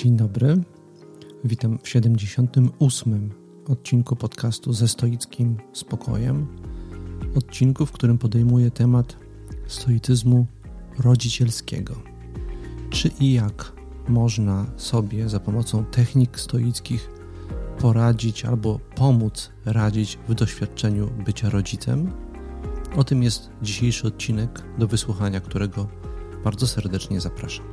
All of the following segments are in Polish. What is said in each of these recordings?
Dzień dobry, witam w 78. odcinku podcastu Ze stoickim spokojem. Odcinku, w którym podejmuję temat stoicyzmu rodzicielskiego. Czy i jak można sobie za pomocą technik stoickich poradzić albo pomóc radzić w doświadczeniu bycia rodzicem? O tym jest dzisiejszy odcinek, do wysłuchania którego bardzo serdecznie zapraszam.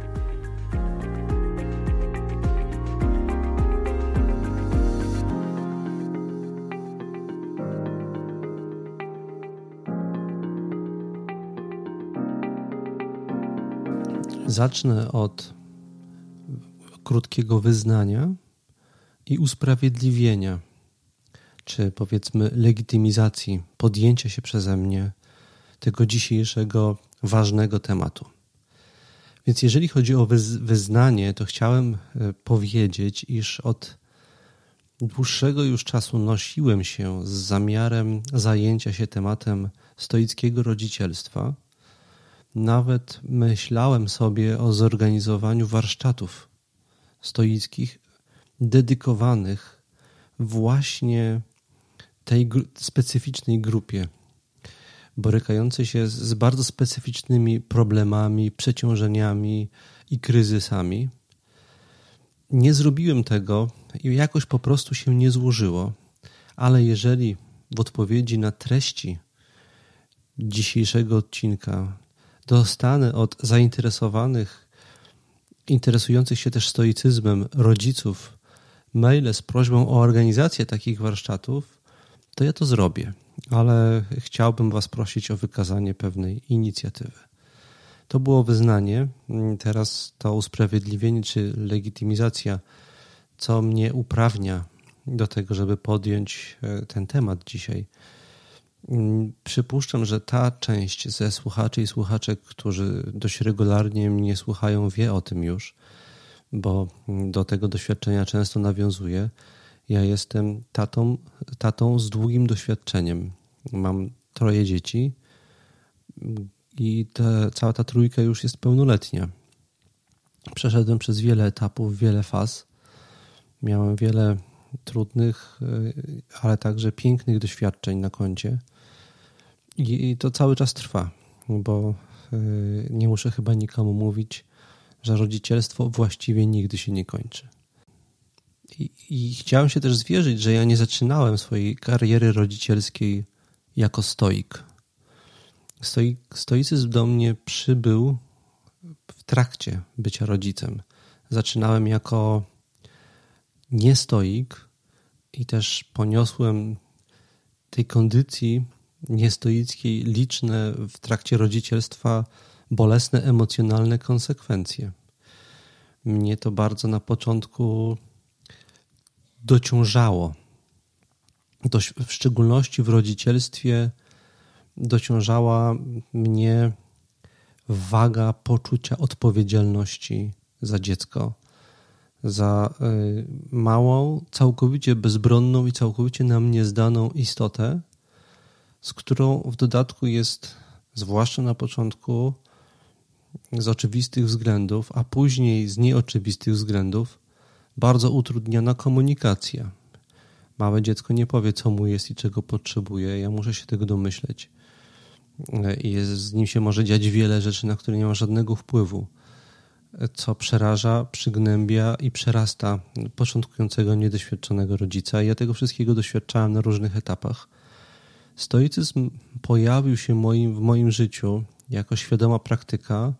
Zacznę od krótkiego wyznania i usprawiedliwienia, czy powiedzmy legitymizacji podjęcia się przeze mnie tego dzisiejszego ważnego tematu. Więc jeżeli chodzi o wyznanie, to chciałem powiedzieć, iż od dłuższego już czasu nosiłem się z zamiarem zajęcia się tematem stoickiego rodzicielstwa. Nawet myślałem sobie o zorganizowaniu warsztatów stoickich dedykowanych właśnie tej specyficznej grupie, borykającej się z bardzo specyficznymi problemami, przeciążeniami i kryzysami. Nie zrobiłem tego i jakoś po prostu się nie złożyło, ale jeżeli w odpowiedzi na treści dzisiejszego odcinka dostanę od zainteresowanych, interesujących się też stoicyzmem rodziców maile z prośbą o organizację takich warsztatów, to ja to zrobię, ale chciałbym Was prosić o wykazanie pewnej inicjatywy. To było wyznanie, teraz to usprawiedliwienie czy legitymizacja, co mnie uprawnia do tego, żeby podjąć ten temat dzisiaj. Przypuszczam, że ta część ze słuchaczy i słuchaczek, którzy dość regularnie mnie słuchają, wie o tym już, bo do tego doświadczenia często nawiązuję. Ja jestem tatą z długim doświadczeniem. Mam 3 dzieci i cała ta trójka już jest pełnoletnia. Przeszedłem przez wiele etapów, wiele faz. Miałem wiele trudnych, ale także pięknych doświadczeń na koncie. I to cały czas trwa, bo nie muszę chyba nikomu mówić, że rodzicielstwo właściwie nigdy się nie kończy. I chciałem się też zwierzyć, że ja nie zaczynałem swojej kariery rodzicielskiej jako stoik. Stoicyzm do mnie przybył w trakcie bycia rodzicem. Zaczynałem jako niestoik i też poniosłem tej kondycji niestoickiej liczne w trakcie rodzicielstwa bolesne, emocjonalne konsekwencje. Mnie to bardzo na początku dociążało. W szczególności w rodzicielstwie dociążała mnie waga poczucia odpowiedzialności za dziecko, za małą, całkowicie bezbronną i całkowicie nam niezdaną istotę, z którą w dodatku jest, zwłaszcza na początku, z oczywistych względów, a później z nieoczywistych względów, bardzo utrudniona komunikacja. Małe dziecko nie powie, co mu jest i czego potrzebuje. Ja muszę się tego domyśleć. I z nim się może dziać wiele rzeczy, na które nie ma żadnego wpływu, co przeraża, przygnębia i przerasta początkującego, niedoświadczonego rodzica. Ja tego wszystkiego doświadczałem na różnych etapach. Stoicyzm pojawił się w moim życiu jako świadoma praktyka,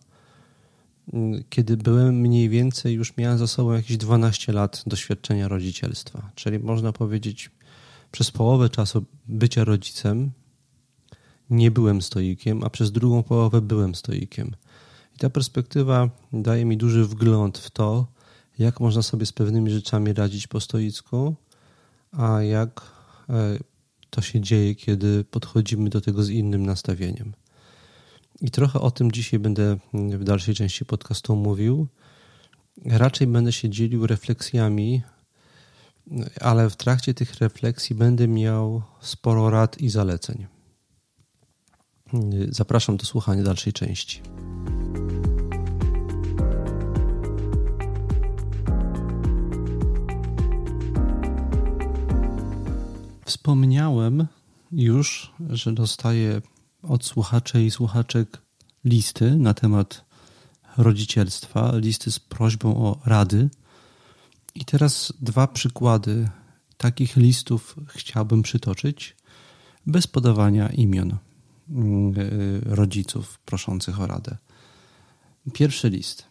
kiedy już miałem za sobą jakieś 12 lat doświadczenia rodzicielstwa. Czyli można powiedzieć, przez połowę czasu bycia rodzicem nie byłem stoikiem, a przez drugą połowę byłem stoikiem. I ta perspektywa daje mi duży wgląd w to, jak można sobie z pewnymi rzeczami radzić po stoicku, a jak to się dzieje, kiedy podchodzimy do tego z innym nastawieniem. I trochę o tym dzisiaj będę w dalszej części podcastu mówił. Raczej będę się dzielił refleksjami, ale w trakcie tych refleksji będę miał sporo rad i zaleceń. Zapraszam do słuchania dalszej części. wspomniałem już, że dostaję od słuchaczy i słuchaczek listy na temat rodzicielstwa, listy z prośbą o rady. I teraz 2 przykłady takich listów chciałbym przytoczyć bez podawania imion rodziców proszących o radę. Pierwszy list.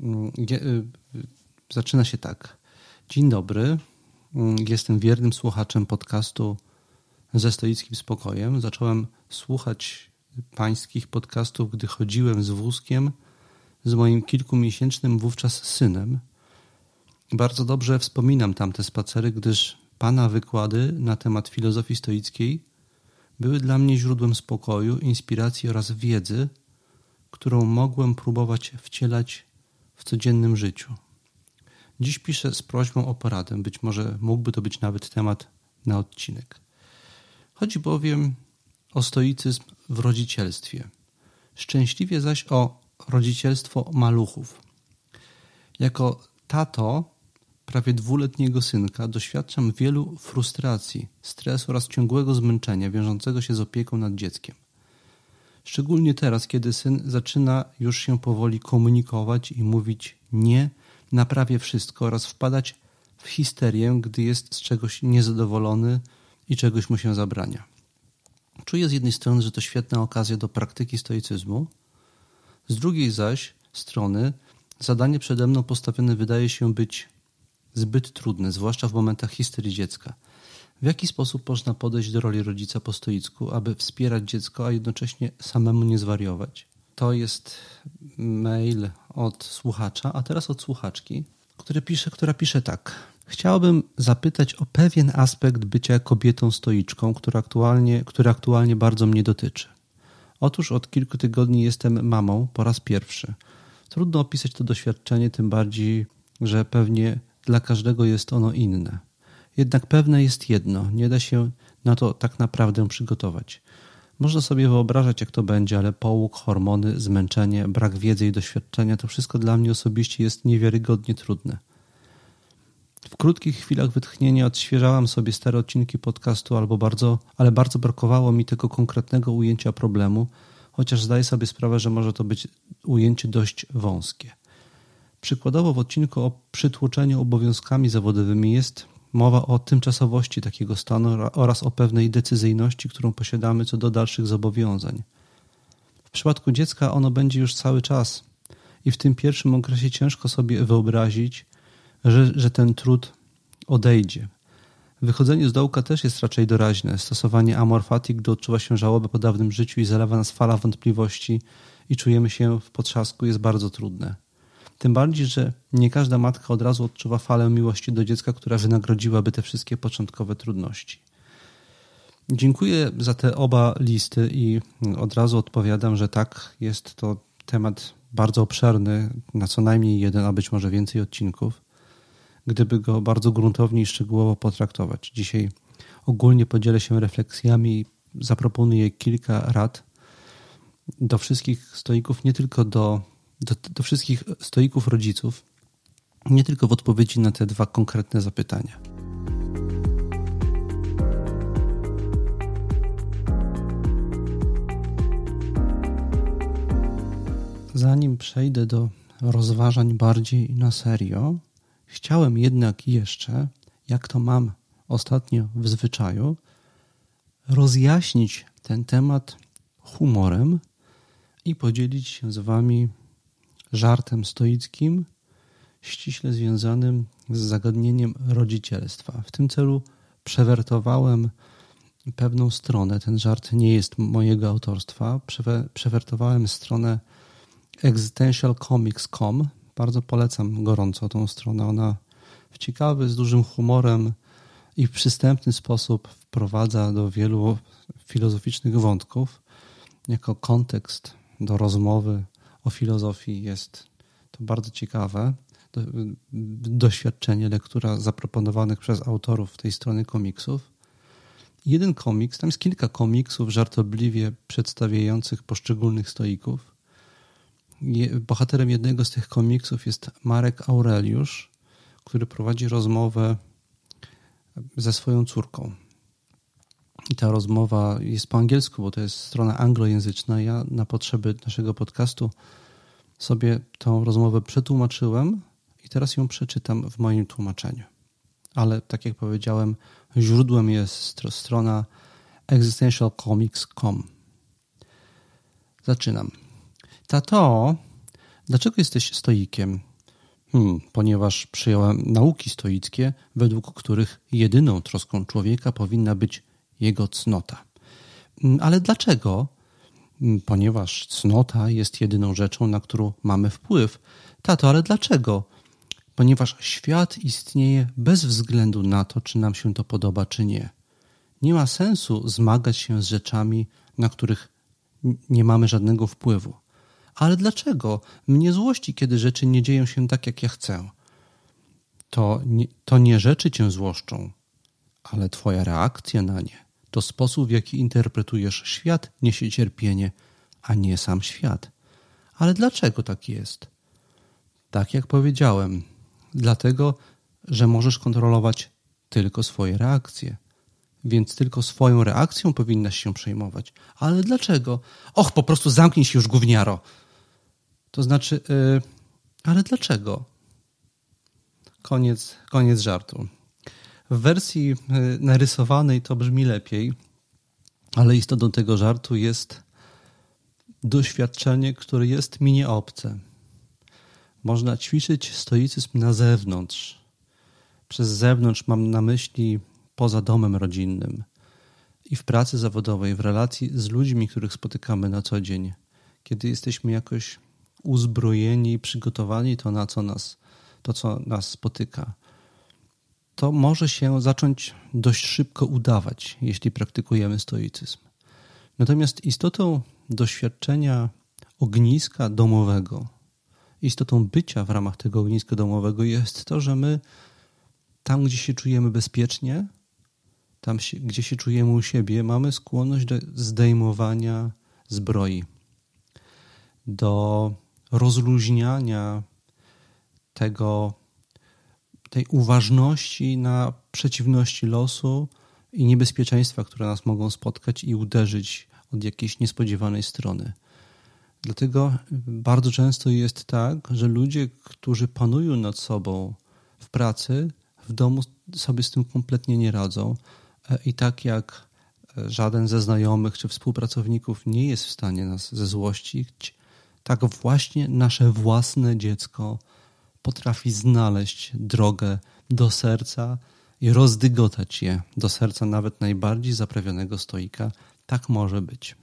Zaczyna się tak. Dzień dobry. Jestem wiernym słuchaczem podcastu Ze stoickim spokojem. Zacząłem słuchać pańskich podcastów, gdy chodziłem z wózkiem z moim kilkumiesięcznym wówczas synem. Bardzo dobrze wspominam tamte spacery, gdyż pana wykłady na temat filozofii stoickiej były dla mnie źródłem spokoju, inspiracji oraz wiedzy, którą mogłem próbować wcielać w codziennym życiu. Dziś piszę z prośbą o poradę. Być może mógłby to być nawet temat na odcinek. Chodzi bowiem o stoicyzm w rodzicielstwie. Szczęśliwie zaś o rodzicielstwo maluchów. Jako tato prawie 2-letniego synka doświadczam wielu frustracji, stresu oraz ciągłego zmęczenia wiążącego się z opieką nad dzieckiem. Szczególnie teraz, kiedy syn zaczyna już się powoli komunikować i mówić nie na prawie wszystko oraz wpadać w histerię, gdy jest z czegoś niezadowolony i czegoś mu się zabrania. Czuję z jednej strony, że to świetna okazja do praktyki stoicyzmu, z drugiej zaś strony zadanie przede mną postawione wydaje się być zbyt trudne, zwłaszcza w momentach histerii dziecka. W jaki sposób można podejść do roli rodzica po stoicku, aby wspierać dziecko, a jednocześnie samemu nie zwariować? To jest mail od słuchacza, a teraz od słuchaczki, która pisze tak. Chciałabym zapytać o pewien aspekt bycia kobietą stoiczką, który aktualnie bardzo mnie dotyczy. Otóż od kilku tygodni jestem mamą po raz pierwszy. Trudno opisać to doświadczenie, tym bardziej, że pewnie dla każdego jest ono inne. Jednak pewne jest jedno, nie da się na to tak naprawdę przygotować. Można sobie wyobrażać, jak to będzie, ale połóg, hormony, zmęczenie, brak wiedzy i doświadczenia, to wszystko dla mnie osobiście jest niewiarygodnie trudne. W krótkich chwilach wytchnienia odświeżałam sobie stare odcinki podcastu, ale bardzo brakowało mi tego konkretnego ujęcia problemu, chociaż zdaję sobie sprawę, że może to być ujęcie dość wąskie. Przykładowo w odcinku o przytłoczeniu obowiązkami zawodowymi jest mowa o tymczasowości takiego stanu oraz o pewnej decyzyjności, którą posiadamy co do dalszych zobowiązań. W przypadku dziecka ono będzie już cały czas i w tym pierwszym okresie ciężko sobie wyobrazić, że ten trud odejdzie. Wychodzenie z dołka też jest raczej doraźne. Stosowanie amor fati, gdy odczuwa się żałobę po dawnym życiu i zalewa nas fala wątpliwości i czujemy się w potrzasku, jest bardzo trudne. Tym bardziej, że nie każda matka od razu odczuwa falę miłości do dziecka, która wynagrodziłaby te wszystkie początkowe trudności. Dziękuję za te oba listy i od razu odpowiadam, że tak, jest to temat bardzo obszerny, na co najmniej 1, a być może więcej odcinków, gdyby go bardzo gruntownie i szczegółowo potraktować. Dzisiaj ogólnie podzielę się refleksjami i zaproponuję kilka rad do wszystkich stoików, nie tylko do wszystkich stoików rodziców, nie tylko w odpowiedzi na te 2 konkretne zapytania. Zanim przejdę do rozważań bardziej na serio, chciałem jednak jeszcze, jak to mam ostatnio w zwyczaju, rozjaśnić ten temat humorem i podzielić się z wami żartem stoickim, ściśle związanym z zagadnieniem rodzicielstwa. W tym celu przewertowałem pewną stronę. Ten żart nie jest mojego autorstwa. Przewertowałem stronę existentialcomics.com. Bardzo polecam gorąco tą stronę. Ona w ciekawy, z dużym humorem i w przystępny sposób wprowadza do wielu filozoficznych wątków. Jako kontekst do rozmowy o filozofii jest to bardzo ciekawe doświadczenie, lektura zaproponowanych przez autorów tej strony komiksów. Jeden komiks, tam jest kilka komiksów żartobliwie przedstawiających poszczególnych stoików. Bohaterem jednego z tych komiksów jest Marek Aureliusz, który prowadzi rozmowę ze swoją córką. i ta rozmowa jest po angielsku, bo to jest strona anglojęzyczna. Ja na potrzeby naszego podcastu sobie tą rozmowę przetłumaczyłem i teraz ją przeczytam w moim tłumaczeniu. Ale tak jak powiedziałem, źródłem jest strona existentialcomics.com. Zaczynam. Tato, dlaczego jesteś stoikiem? Ponieważ przyjąłem nauki stoickie, według których jedyną troską człowieka powinna być jego cnota. Ale dlaczego? Ponieważ cnota jest jedyną rzeczą, na którą mamy wpływ. Tato, ale dlaczego? Ponieważ świat istnieje bez względu na to, czy nam się to podoba, czy nie. Nie ma sensu zmagać się z rzeczami, na których nie mamy żadnego wpływu. Ale dlaczego? Mnie złości, kiedy rzeczy nie dzieją się tak, jak ja chcę. To nie rzeczy cię złoszczą, ale twoja reakcja na nie. To sposób, w jaki interpretujesz świat, niesie cierpienie, a nie sam świat. Ale dlaczego tak jest? Tak jak powiedziałem, dlatego, że możesz kontrolować tylko swoje reakcje. Więc tylko swoją reakcją powinnaś się przejmować. Ale dlaczego? Och, po prostu zamknij się już, gówniaro. To znaczy, ale dlaczego? Koniec żartu. W wersji narysowanej to brzmi lepiej, ale istotą tego żartu jest doświadczenie, które jest mi nieobce. Można ćwiczyć stoicyzm na zewnątrz. Przez zewnątrz mam na myśli poza domem rodzinnym i w pracy zawodowej, w relacji z ludźmi, których spotykamy na co dzień. Kiedy jesteśmy jakoś uzbrojeni i przygotowani to, co nas spotyka. To może się zacząć dość szybko udawać, jeśli praktykujemy stoicyzm. Natomiast istotą doświadczenia ogniska domowego, istotą bycia w ramach tego ogniska domowego jest to, że my tam, gdzie się czujemy bezpiecznie, gdzie się czujemy u siebie, mamy skłonność do zdejmowania zbroi, do rozluźniania tej uważności na przeciwności losu i niebezpieczeństwa, które nas mogą spotkać i uderzyć od jakiejś niespodziewanej strony. Dlatego bardzo często jest tak, że ludzie, którzy panują nad sobą w pracy, w domu sobie z tym kompletnie nie radzą i tak jak żaden ze znajomych czy współpracowników nie jest w stanie nas zezłościć, tak właśnie nasze własne dziecko potrafi znaleźć drogę do serca i rozdygotać je do serca nawet najbardziej zaprawionego stoika. Tak może być.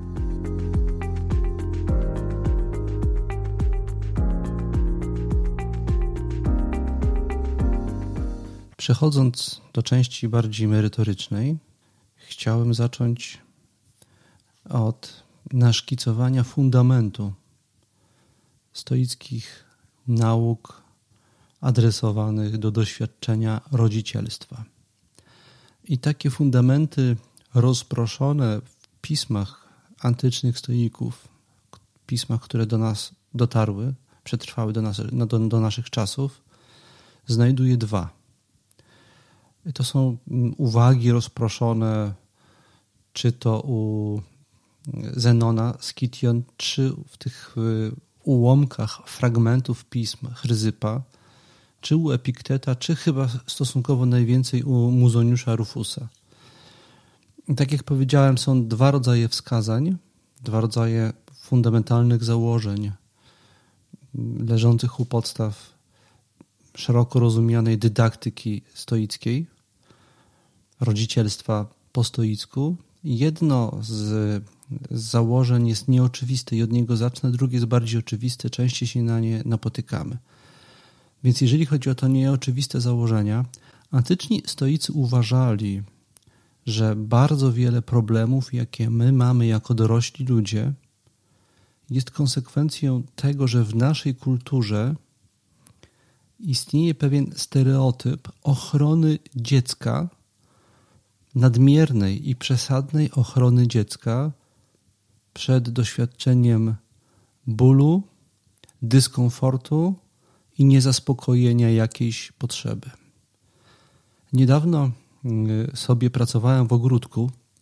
Przechodząc do części bardziej merytorycznej, chciałem zacząć od naszkicowania fundamentu stoickich nauk adresowanych do doświadczenia rodzicielstwa. I takie fundamenty rozproszone w pismach antycznych stoików, pismach, które do nas dotarły, przetrwały do naszych czasów, znajduję dwa. To są uwagi rozproszone czy to u Zenona, Scition, czy w tych ułomkach fragmentów pism Chryzypa, czy u Epikteta, czy chyba stosunkowo najwięcej u Musoniusza Rufusa. I tak jak powiedziałem, są dwa rodzaje wskazań, dwa rodzaje fundamentalnych założeń leżących u podstaw szeroko rozumianej dydaktyki stoickiej, rodzicielstwa po stoicku. Jedno z założeń jest nieoczywiste i od niego zacznę, drugie jest bardziej oczywiste, częściej się na nie napotykamy. Więc jeżeli chodzi o to nieoczywiste założenia, antyczni stoicy uważali, że bardzo wiele problemów, jakie my mamy jako dorośli ludzie, jest konsekwencją tego, że w naszej kulturze istnieje pewien stereotyp ochrony dziecka, nadmiernej i przesadnej ochrony dziecka przed doświadczeniem bólu, dyskomfortu i niezaspokojenia jakiejś potrzeby. Niedawno sobie pracowałem w ogródku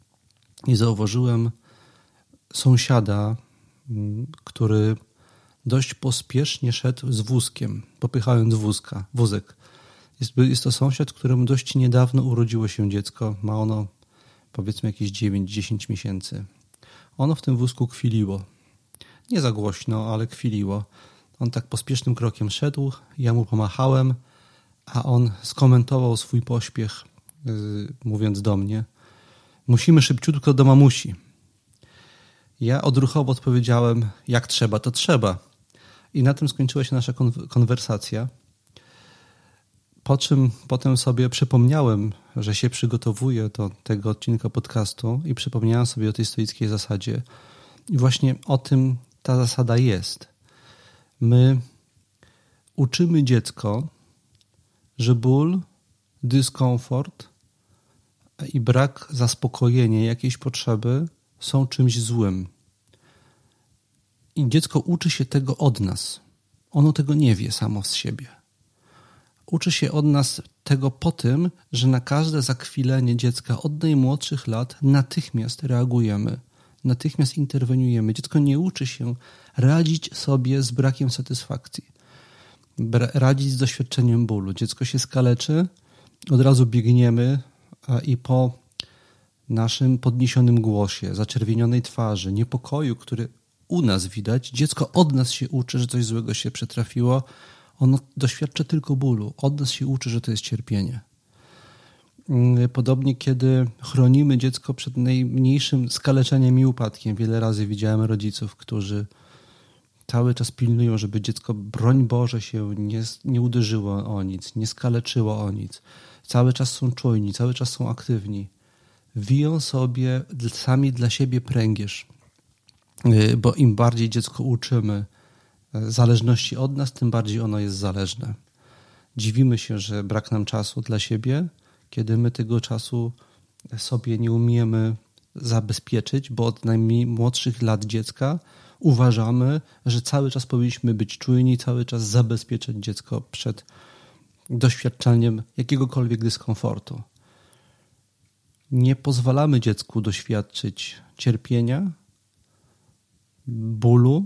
i zauważyłem sąsiada, który dość pospiesznie szedł z wózkiem, popychając wózek. Jest to sąsiad, któremu dość niedawno urodziło się dziecko. Ma ono powiedzmy jakieś 9-10 miesięcy. Ono w tym wózku kwiliło. Nie za głośno, ale kwiliło. On tak pospiesznym krokiem szedł, ja mu pomachałem, a on skomentował swój pośpiech, mówiąc do mnie: musimy szybciutko do mamusi. Ja odruchowo odpowiedziałem: jak trzeba, to trzeba. I na tym skończyła się nasza konwersacja. Po czym potem sobie przypomniałem, że się przygotowuję do tego odcinka podcastu i przypomniałem sobie o tej stoickiej zasadzie. I właśnie o tym ta zasada jest. My uczymy dziecko, że ból, dyskomfort i brak zaspokojenia jakiejś potrzeby są czymś złym. I dziecko uczy się tego od nas. Ono tego nie wie samo z siebie. Uczy się od nas tego po tym, że na każde zakwilenie dziecka od najmłodszych lat natychmiast reagujemy, natychmiast interweniujemy. Dziecko nie uczy się radzić sobie z brakiem satysfakcji, radzić z doświadczeniem bólu. Dziecko się skaleczy, od razu biegniemy i po naszym podniesionym głosie, zaczerwienionej twarzy, niepokoju, który u nas widać, dziecko od nas się uczy, że coś złego się przytrafiło. Ono doświadcza tylko bólu. Od nas się uczy, że to jest cierpienie. Podobnie, kiedy chronimy dziecko przed najmniejszym skaleczeniem i upadkiem. Wiele razy widziałem rodziców, którzy cały czas pilnują, żeby dziecko, broń Boże, się nie uderzyło o nic, nie skaleczyło o nic. Cały czas są czujni, cały czas są aktywni. Wiją sobie sami dla siebie pręgierz, bo im bardziej dziecko uczymy zależności od nas, tym bardziej ono jest zależne. Dziwimy się, że brak nam czasu dla siebie, kiedy my tego czasu sobie nie umiemy zabezpieczyć, bo od najmłodszych lat dziecka uważamy, że cały czas powinniśmy być czujni, cały czas zabezpieczać dziecko przed doświadczaniem jakiegokolwiek dyskomfortu. Nie pozwalamy dziecku doświadczyć cierpienia, bólu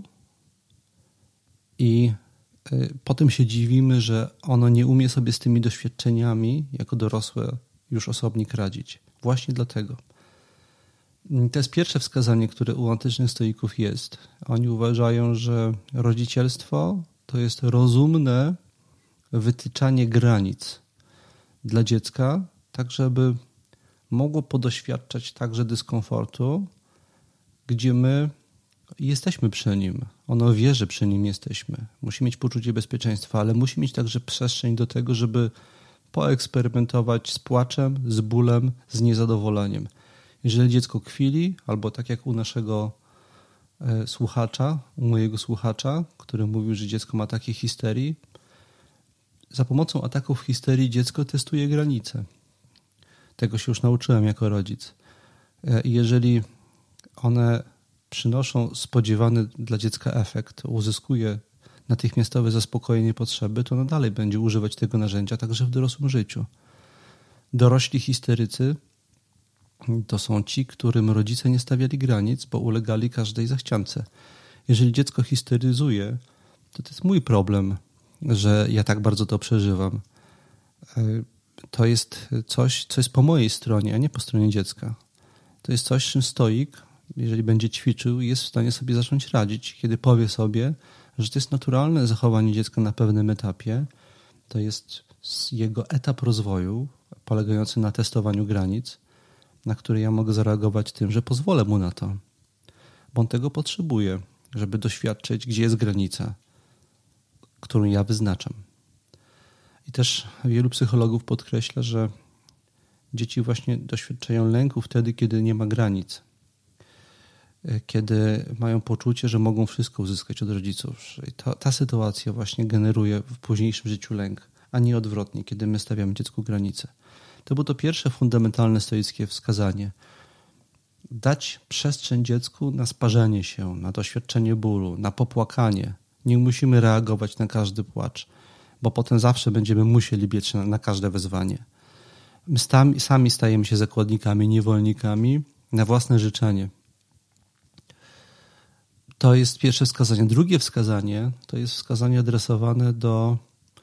i potem się dziwimy, że ono nie umie sobie z tymi doświadczeniami jako dorosły już osobnik radzić. Właśnie dlatego. To jest pierwsze wskazanie, które u antycznych stoików jest. Oni uważają, że rodzicielstwo to jest rozumne wytyczanie granic dla dziecka, tak żeby mogło podoświadczać także dyskomfortu, gdzie my jesteśmy przy nim. Ono wie, że przy nim jesteśmy. Musi mieć poczucie bezpieczeństwa, ale musi mieć także przestrzeń do tego, żeby poeksperymentować z płaczem, z bólem, z niezadowoleniem. Jeżeli dziecko kwili, albo tak jak u naszego słuchacza, u mojego słuchacza, który mówił, że dziecko ma takie histerii, za pomocą ataków histerii dziecko testuje granice. Tego się już nauczyłem jako rodzic. I jeżeli one przynoszą spodziewany dla dziecka efekt, uzyskuje natychmiastowe zaspokojenie potrzeby, to ono dalej będzie używać tego narzędzia także w dorosłym życiu. Dorośli histerycy to są ci, którym rodzice nie stawiali granic, bo ulegali każdej zachciance. Jeżeli dziecko histeryzuje, to jest mój problem, że ja tak bardzo to przeżywam. To jest coś, co jest po mojej stronie, a nie po stronie dziecka. To jest coś, czym stoik, jeżeli będzie ćwiczył, jest w stanie sobie zacząć radzić, kiedy powie sobie, że to jest naturalne zachowanie dziecka na pewnym etapie. To jest jego etap rozwoju, polegający na testowaniu granic, na który ja mogę zareagować tym, że pozwolę mu na to, bo on tego potrzebuje, żeby doświadczyć, gdzie jest granica, którą ja wyznaczam. I też wielu psychologów podkreśla, że dzieci właśnie doświadczają lęku wtedy, kiedy nie ma granic, kiedy mają poczucie, że mogą wszystko uzyskać od rodziców. I ta sytuacja właśnie generuje w późniejszym życiu lęk, a nie odwrotnie, kiedy my stawiamy dziecku granice. To było to pierwsze fundamentalne stoickie wskazanie. Dać przestrzeń dziecku na sparzenie się, na doświadczenie bólu, na popłakanie. Nie musimy reagować na każdy płacz, bo potem zawsze będziemy musieli biec na każde wezwanie. My sami stajemy się zakładnikami, niewolnikami na własne życzenie. To jest pierwsze wskazanie. Drugie wskazanie to jest wskazanie adresowane do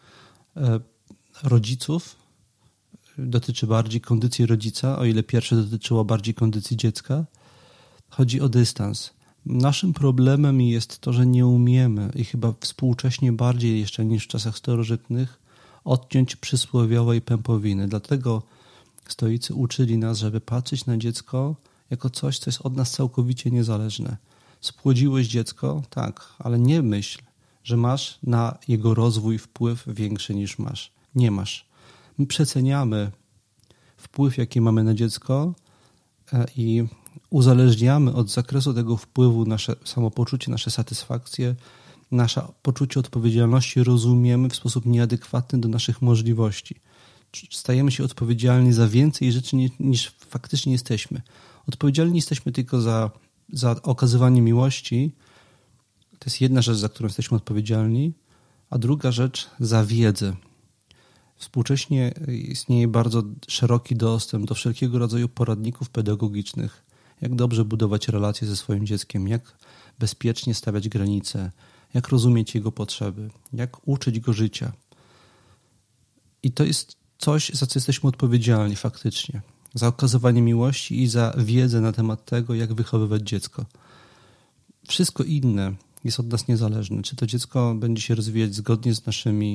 rodziców. Dotyczy bardziej kondycji rodzica, o ile pierwsze dotyczyło bardziej kondycji dziecka. Chodzi o dystans. Naszym problemem jest to, że nie umiemy i chyba współcześnie bardziej jeszcze niż w czasach starożytnych odciąć przysłowiowej pępowiny. Dlatego stoicy uczyli nas, żeby patrzeć na dziecko jako coś, co jest od nas całkowicie niezależne. Spłodziłeś dziecko? Tak, ale nie myśl, że masz na jego rozwój wpływ większy niż masz. Nie masz. My przeceniamy wpływ, jaki mamy na dziecko i uzależniamy od zakresu tego wpływu nasze samopoczucie, nasze satysfakcje, nasze poczucie odpowiedzialności rozumiemy w sposób nieadekwatny do naszych możliwości. Stajemy się odpowiedzialni za więcej rzeczy niż faktycznie jesteśmy. Odpowiedzialni jesteśmy tylko za okazywanie miłości. To jest jedna rzecz, za którą jesteśmy odpowiedzialni, a druga rzecz za wiedzę. Współcześnie istnieje bardzo szeroki dostęp do wszelkiego rodzaju poradników pedagogicznych. Jak dobrze budować relacje ze swoim dzieckiem, jak bezpiecznie stawiać granice, jak rozumieć jego potrzeby, jak uczyć go życia. I to jest coś, za co jesteśmy odpowiedzialni faktycznie. Za okazywanie miłości i za wiedzę na temat tego, jak wychowywać dziecko. Wszystko inne jest od nas niezależne. Czy to dziecko będzie się rozwijać zgodnie z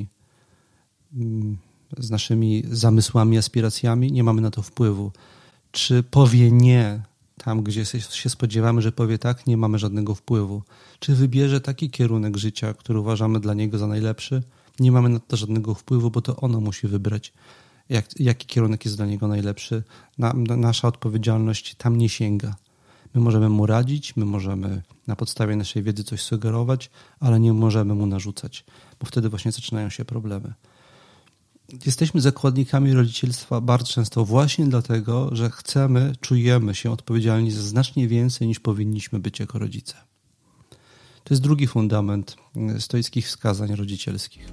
naszymi zamysłami, aspiracjami? Nie mamy na to wpływu. Czy powie nie tam, gdzie się spodziewamy, że powie tak? Nie mamy żadnego wpływu. Czy wybierze taki kierunek życia, który uważamy dla niego za najlepszy? Nie mamy na to żadnego wpływu, bo to ono musi wybrać, jaki kierunek jest dla niego najlepszy. Nasza odpowiedzialność tam nie sięga. My możemy mu radzić, my możemy na podstawie naszej wiedzy coś sugerować, ale nie możemy mu narzucać, bo wtedy właśnie zaczynają się problemy. Jesteśmy zakładnikami rodzicielstwa bardzo często właśnie dlatego, że czujemy się odpowiedzialni za znacznie więcej niż powinniśmy być jako rodzice. To jest drugi fundament stoickich wskazań rodzicielskich.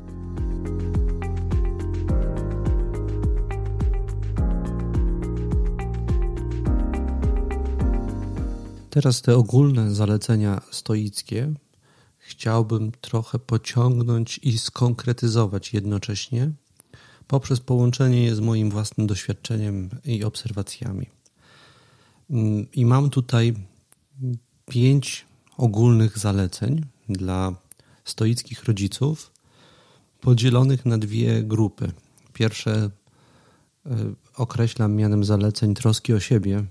Teraz te ogólne zalecenia stoickie chciałbym trochę pociągnąć i skonkretyzować jednocześnie poprzez połączenie je z moim własnym doświadczeniem i obserwacjami. I mam tutaj 5 ogólnych zaleceń dla stoickich rodziców podzielonych na 2 grupy. Pierwsze określam mianem zaleceń troski o siebie,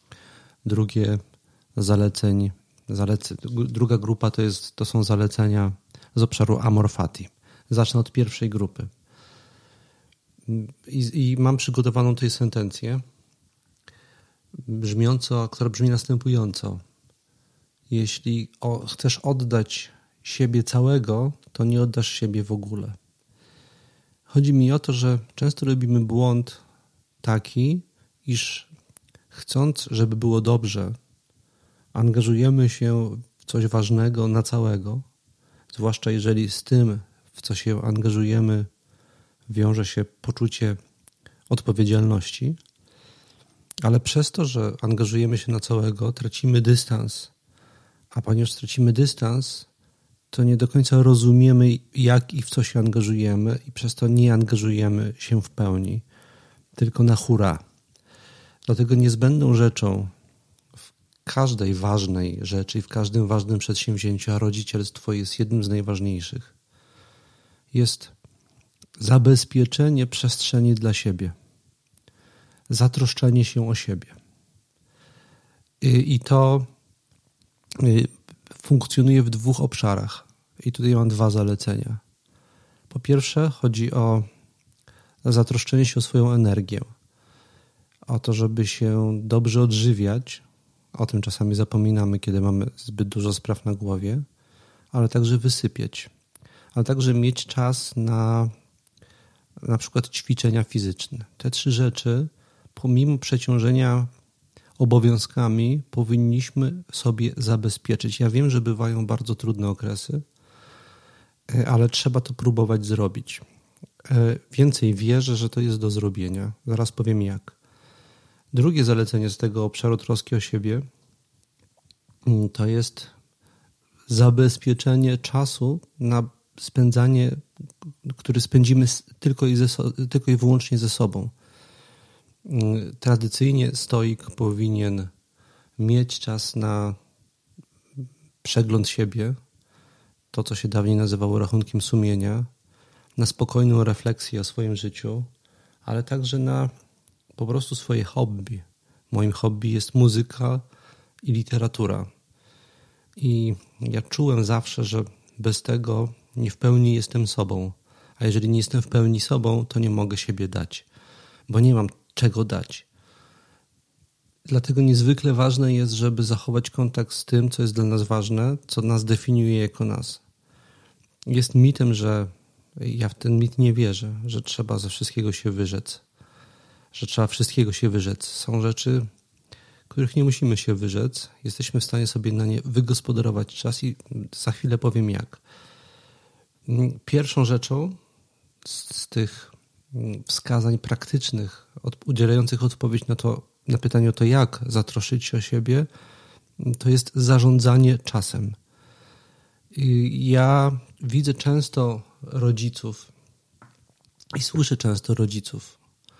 druga grupa to są zalecenia z obszaru amor fati. Zacznę od pierwszej grupy. I mam przygotowaną tutaj sentencję, która brzmi następująco. Jeśli chcesz oddać siebie całego, to nie oddasz siebie w ogóle. Chodzi mi o to, że często robimy błąd taki, iż chcąc, żeby było dobrze, angażujemy się w coś ważnego na całego, zwłaszcza jeżeli z tym, w co się angażujemy, wiąże się poczucie odpowiedzialności, ale przez to, że angażujemy się na całego, tracimy dystans, a ponieważ tracimy dystans, to nie do końca rozumiemy, jak i w co się angażujemy i przez to nie angażujemy się w pełni, tylko na hura. Dlatego niezbędną rzeczą w każdej ważnej rzeczy i w każdym ważnym przedsięwzięciu, a rodzicielstwo jest jednym z najważniejszych, jest zabezpieczenie przestrzeni dla siebie, zatroszczenie się o siebie. I to funkcjonuje w 2 obszarach. I tutaj mam 2 zalecenia. Po pierwsze chodzi o zatroszczenie się o swoją energię, o to, żeby się dobrze odżywiać. O tym czasami zapominamy, kiedy mamy zbyt dużo spraw na głowie, ale także wysypiać. Ale także mieć czas na przykład ćwiczenia fizyczne. Te 3 rzeczy, pomimo przeciążenia obowiązkami, powinniśmy sobie zabezpieczyć. Ja wiem, że bywają bardzo trudne okresy, ale trzeba to próbować zrobić. Więcej wierzę, że to jest do zrobienia. Zaraz powiem jak. Drugie zalecenie z tego obszaru troski o siebie to jest zabezpieczenie czasu na spędzanie, który spędzimy tylko i wyłącznie ze sobą. Tradycyjnie stoik powinien mieć czas na przegląd siebie, to co się dawniej nazywało rachunkiem sumienia, na spokojną refleksję o swoim życiu, ale także na po prostu swoje hobby. Moim hobby jest muzyka i literatura. I ja czułem zawsze, że bez tego nie w pełni jestem sobą. A jeżeli nie jestem w pełni sobą, to nie mogę siebie dać, bo nie mam czego dać. Dlatego niezwykle ważne jest, żeby zachować kontakt z tym, co jest dla nas ważne, co nas definiuje jako nas. Jest mitem, że ja w ten mit nie wierzę, że trzeba ze wszystkiego się wyrzec. Że trzeba wszystkiego się wyrzec. Są rzeczy, których nie musimy się wyrzec. Jesteśmy w stanie sobie na nie wygospodarować czas i za chwilę powiem jak. Pierwszą rzeczą z tych wskazań praktycznych, udzielających odpowiedź na pytanie o to, jak zatroszczyć się o siebie, to jest zarządzanie czasem. Ja widzę często rodziców i słyszę często rodziców,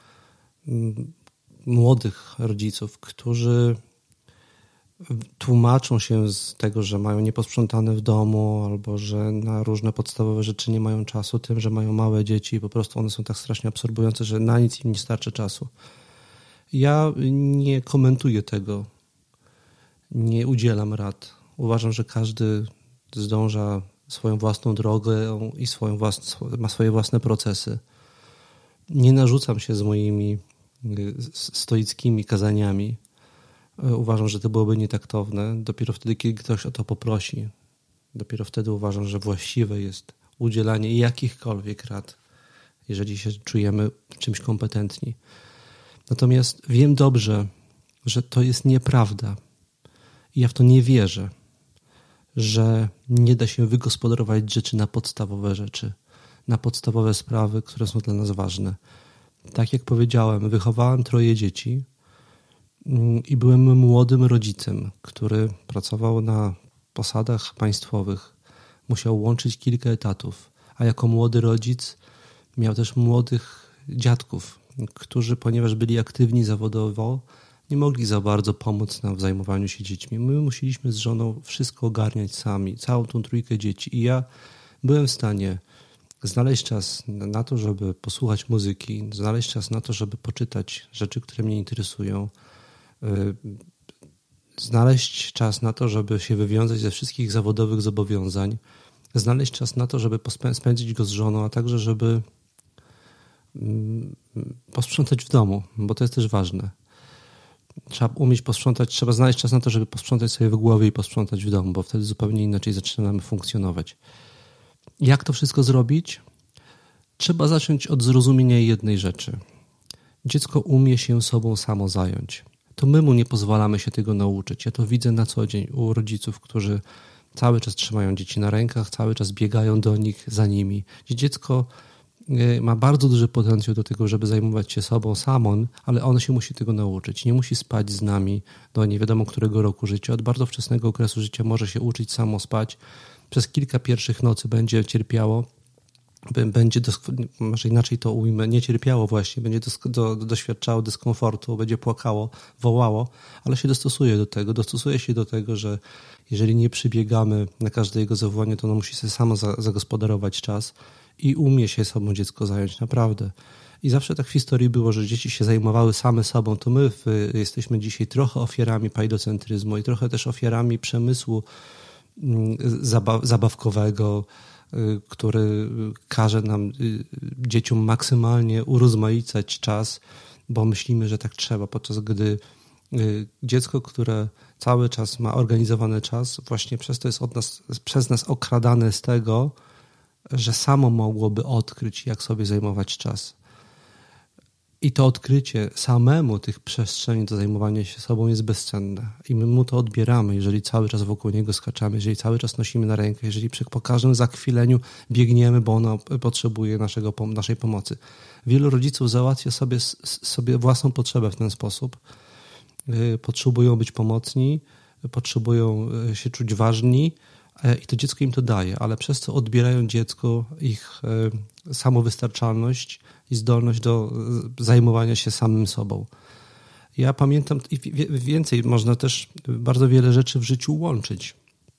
młodych rodziców, którzy tłumaczą się z tego, że mają nieposprzątane w domu albo że na różne podstawowe rzeczy nie mają czasu tym, że mają małe dzieci i po prostu one są tak strasznie absorbujące, że na nic im nie starczy czasu. Ja nie komentuję tego, nie udzielam rad. Uważam, że każdy zdąża swoją własną drogę i ma swoje własne procesy. Nie narzucam się z moimi stoickimi kazaniami. Uważam, że to byłoby nietaktowne. Dopiero wtedy, kiedy ktoś o to poprosi. Dopiero wtedy uważam, że właściwe jest udzielanie jakichkolwiek rad, jeżeli się czujemy w czymś kompetentni. Natomiast wiem dobrze, że to jest nieprawda. I ja w to nie wierzę, że nie da się wygospodarować rzeczy na podstawowe rzeczy, na podstawowe sprawy, które są dla nas ważne. Tak jak powiedziałem, wychowałem 3 dzieci i byłem młodym rodzicem, który pracował na posadach państwowych. Musiał łączyć kilka etatów, a jako młody rodzic miał też młodych dziadków, którzy, ponieważ byli aktywni zawodowo, nie mogli za bardzo pomóc nam w zajmowaniu się dziećmi. My musieliśmy z żoną wszystko ogarniać sami, całą tą 3 dzieci. I ja byłem w stanie znaleźć czas na to, żeby posłuchać muzyki, znaleźć czas na to, żeby poczytać rzeczy, które mnie interesują, znaleźć czas na to, żeby się wywiązać ze wszystkich zawodowych zobowiązań, znaleźć czas na to, żeby spędzić go z żoną, a także żeby posprzątać w domu, bo to jest też ważne. Trzeba umieć posprzątać, trzeba znaleźć czas na to, żeby posprzątać sobie w głowie i posprzątać w domu, bo wtedy zupełnie inaczej zaczynamy funkcjonować. Jak to wszystko zrobić? Trzeba zacząć od zrozumienia jednej rzeczy. Dziecko umie się sobą samo zająć. To my mu nie pozwalamy się tego nauczyć. Ja to widzę na co dzień u rodziców, którzy cały czas trzymają dzieci na rękach, cały czas biegają do nich, za nimi. Dziecko ma bardzo duży potencjał do tego, żeby zajmować się sobą samą, ale ono się musi tego nauczyć. Nie musi spać z nami do nie wiadomo którego roku życia. Od bardzo wczesnego okresu życia może się uczyć samo spać. Przez kilka pierwszych nocy będzie cierpiało, może inaczej to ujmę, nie cierpiało właśnie, będzie doświadczało dyskomfortu, będzie płakało, wołało, ale się dostosuje się do tego, że jeżeli nie przybiegamy na każde jego zawołanie, to ono musi sobie samo zagospodarować czas i umie się sobą dziecko zająć naprawdę. I zawsze tak w historii było, że dzieci się zajmowały same sobą, to my jesteśmy dzisiaj trochę ofiarami pajdocentryzmu i trochę też ofiarami przemysłu zabawkowego, który każe nam dzieciom maksymalnie urozmaicać czas, bo myślimy, że tak trzeba, podczas gdy dziecko, które cały czas ma organizowany czas, właśnie przez to jest przez nas okradane z tego, że samo mogłoby odkryć, jak sobie zajmować czas. I to odkrycie samemu tych przestrzeni do zajmowania się sobą jest bezcenne. I my mu to odbieramy, jeżeli cały czas wokół niego skaczamy, jeżeli cały czas nosimy na rękę, jeżeli po każdym zakwileniu biegniemy, bo ono potrzebuje naszej pomocy. Wielu rodziców załatwia sobie własną potrzebę w ten sposób potrzebują być pomocni, potrzebują się czuć ważni i to dziecko im to daje, ale przez to odbierają dziecku ich samowystarczalność i zdolność do zajmowania się samym sobą. Ja pamiętam, i więcej, można też bardzo wiele rzeczy w życiu łączyć.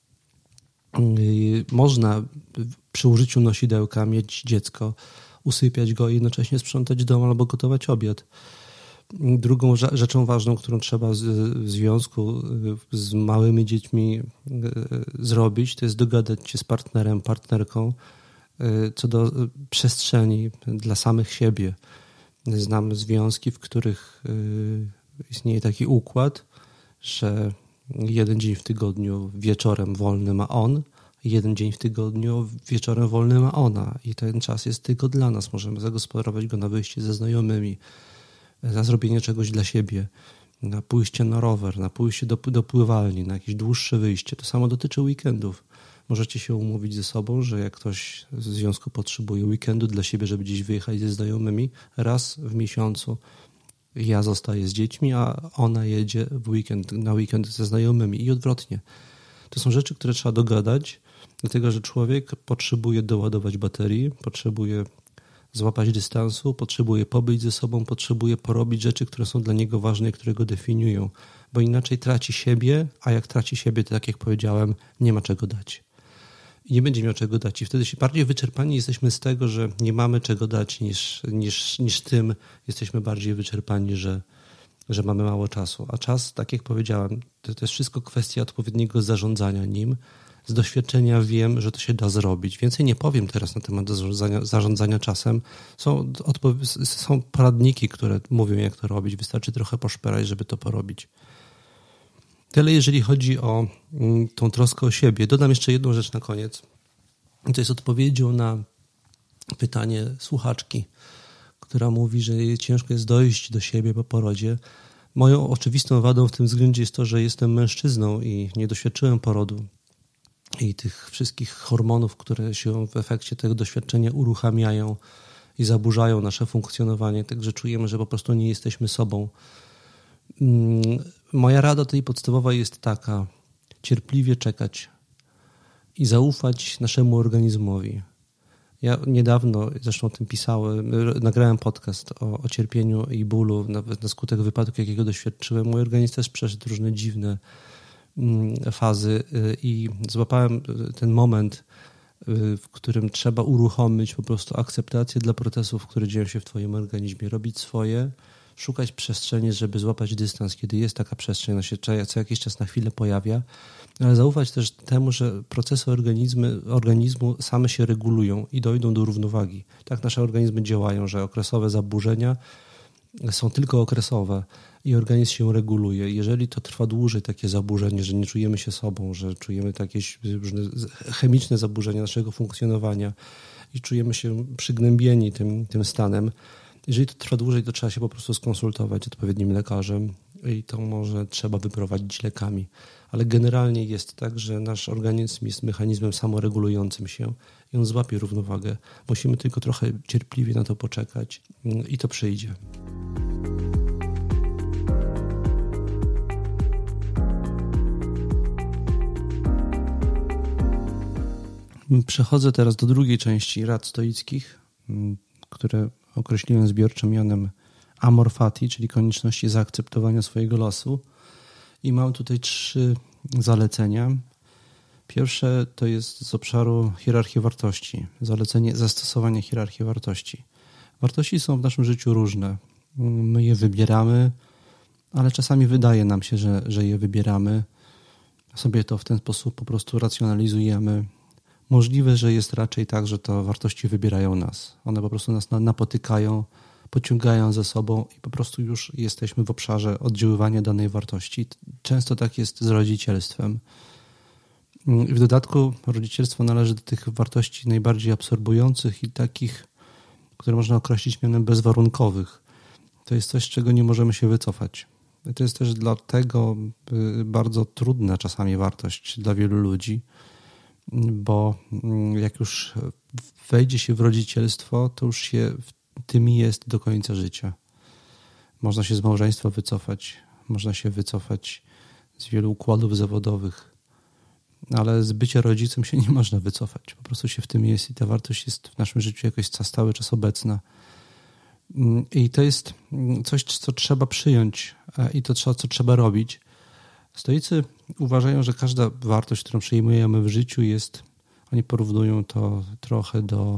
Można przy użyciu nosidełka mieć dziecko, usypiać go i jednocześnie sprzątać dom albo gotować obiad. Drugą rzeczą ważną, którą trzeba w związku z małymi dziećmi zrobić, to jest dogadać się z partnerem, partnerką co do przestrzeni dla samych siebie. Znam związki, w których istnieje taki układ, że jeden dzień w tygodniu wieczorem wolny ma on, jeden dzień w tygodniu wieczorem wolny ma ona i ten czas jest tylko dla nas. Możemy zagospodarować go na wyjście ze znajomymi, na zrobienie czegoś dla siebie, na pójście na rower, na pójście do pływalni, na jakieś dłuższe wyjście. To samo dotyczy weekendów. Możecie się umówić ze sobą, że jak ktoś w związku potrzebuje weekendu dla siebie, żeby gdzieś wyjechać ze znajomymi, raz w miesiącu ja zostaję z dziećmi, a ona jedzie na weekend ze znajomymi i odwrotnie. To są rzeczy, które trzeba dogadać, dlatego że człowiek potrzebuje doładować baterii, potrzebuje złapać dystansu, potrzebuje pobyć ze sobą, potrzebuje porobić rzeczy, które są dla niego ważne i które go definiują, bo inaczej traci siebie, a jak traci siebie, to tak jak powiedziałem, nie ma czego dać. I nie będzie miał czego dać i wtedy się bardziej wyczerpani jesteśmy z tego, że nie mamy czego dać niż tym jesteśmy bardziej wyczerpani, że mamy mało czasu. A czas, tak jak powiedziałem, to jest wszystko kwestia odpowiedniego zarządzania nim. Z doświadczenia wiem, że to się da zrobić. Więcej nie powiem teraz na temat zarządzania czasem. Są poradniki, które mówią, jak to robić. Wystarczy trochę poszperać, żeby to porobić. Tyle jeżeli chodzi o tą troskę o siebie. Dodam jeszcze jedną rzecz na koniec. To jest odpowiedzią na pytanie słuchaczki, która mówi, że jej ciężko jest dojść do siebie po porodzie. Moją oczywistą wadą w tym względzie jest to, że jestem mężczyzną i nie doświadczyłem porodu i tych wszystkich hormonów, które się w efekcie tego doświadczenia uruchamiają i zaburzają nasze funkcjonowanie. Także czujemy, że po prostu nie jesteśmy sobą. Moja rada tej podstawowa jest taka: cierpliwie czekać i zaufać naszemu organizmowi. Ja niedawno, zresztą o tym pisałem, nagrałem podcast o cierpieniu i bólu na skutek wypadku, jakiego doświadczyłem. Mój organizm też przeszedł różne dziwne fazy i złapałem ten moment, w którym trzeba uruchomić po prostu akceptację dla procesów, które dzieją się w twoim organizmie, robić swoje, szukać przestrzeni, żeby złapać dystans, kiedy jest taka przestrzeń, ona się co jakiś czas na chwilę pojawia, ale zaufać też temu, że procesy organizmu same się regulują i dojdą do równowagi. Tak nasze organizmy działają, że okresowe zaburzenia są tylko okresowe i organizm się reguluje. Jeżeli to trwa dłużej, takie zaburzenie, że nie czujemy się sobą, że czujemy jakieś różne chemiczne zaburzenia naszego funkcjonowania i czujemy się przygnębieni tym stanem, jeżeli to trwa dłużej, to trzeba się po prostu skonsultować z odpowiednim lekarzem i to może trzeba wyprowadzić lekami. Ale generalnie jest tak, że nasz organizm jest mechanizmem samoregulującym się i on złapie równowagę. Musimy tylko trochę cierpliwie na to poczekać i to przyjdzie. Przechodzę teraz do drugiej części rad stoickich, które określiłem zbiorczym mianem amor fati, czyli konieczności zaakceptowania swojego losu. I mam tutaj 3 zalecenia. Pierwsze to jest z obszaru hierarchii wartości. Zalecenie zastosowania hierarchii wartości. Wartości są w naszym życiu różne. My je wybieramy, ale czasami wydaje nam się, że je wybieramy. Sobie to w ten sposób po prostu racjonalizujemy. Możliwe, że jest raczej tak, że to wartości wybierają nas. One po prostu nas napotykają, pociągają ze sobą i po prostu już jesteśmy w obszarze oddziaływania danej wartości. Często tak jest z rodzicielstwem. I w dodatku rodzicielstwo należy do tych wartości najbardziej absorbujących i takich, które można określić mianem bezwarunkowych. To jest coś, z czego nie możemy się wycofać. I to jest też dlatego bardzo trudna czasami wartość dla wielu ludzi, bo jak już wejdzie się w rodzicielstwo, to już się tym jest do końca życia. Można się z małżeństwa wycofać, można się wycofać z wielu układów zawodowych, ale z bycia rodzicem się nie można wycofać. Po prostu się w tym jest i ta wartość jest w naszym życiu jakoś cały czas obecna. I to jest coś, co trzeba przyjąć i to, co trzeba robić. Stoicy uważają, że każda wartość, którą przyjmujemy w życiu oni porównują to trochę do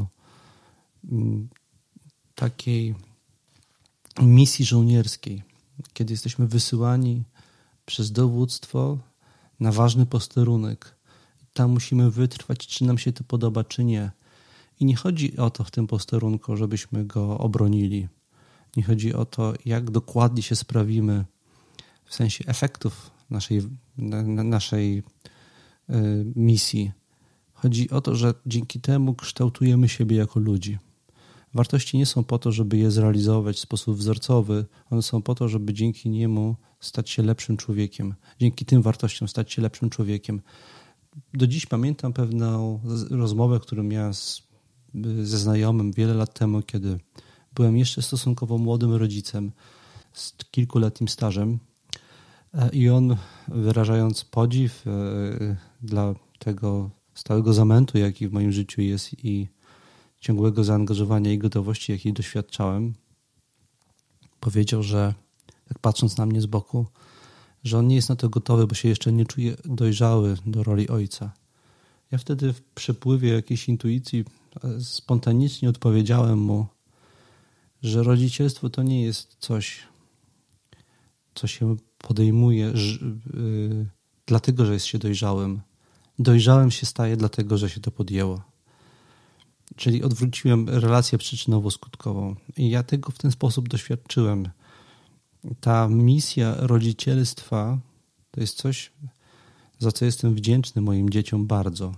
takiej misji żołnierskiej, kiedy jesteśmy wysyłani przez dowództwo na ważny posterunek. Tam musimy wytrwać, czy nam się to podoba, czy nie. I nie chodzi o to w tym posterunku, żebyśmy go obronili. Nie chodzi o to, jak dokładnie się sprawimy w sensie efektów naszej misji. Chodzi o to, że dzięki temu kształtujemy siebie jako ludzi. Wartości nie są po to, żeby je zrealizować w sposób wzorcowy. One są po to, żeby dzięki niemu stać się lepszym człowiekiem. Dzięki tym wartościom stać się lepszym człowiekiem. Do dziś pamiętam pewną rozmowę, którą miałem ze znajomym wiele lat temu, kiedy byłem jeszcze stosunkowo młodym rodzicem z kilkuletnim stażem i on, wyrażając podziw dla tego stałego zamętu, jaki w moim życiu jest i ciągłego zaangażowania i gotowości, jakiej doświadczałem, powiedział, że tak patrząc na mnie z boku, że on nie jest na to gotowy, bo się jeszcze nie czuje dojrzały do roli ojca. Ja wtedy w przepływie jakiejś intuicji spontanicznie odpowiedziałem mu, że rodzicielstwo to nie jest coś, co się podejmuje dlatego, że jest się dojrzałym. Dojrzałem się staje dlatego, że się to podjęło. Czyli odwróciłem relację przyczynowo-skutkową. I ja tego w ten sposób doświadczyłem. Ta misja rodzicielstwa to jest coś, za co jestem wdzięczny moim dzieciom bardzo.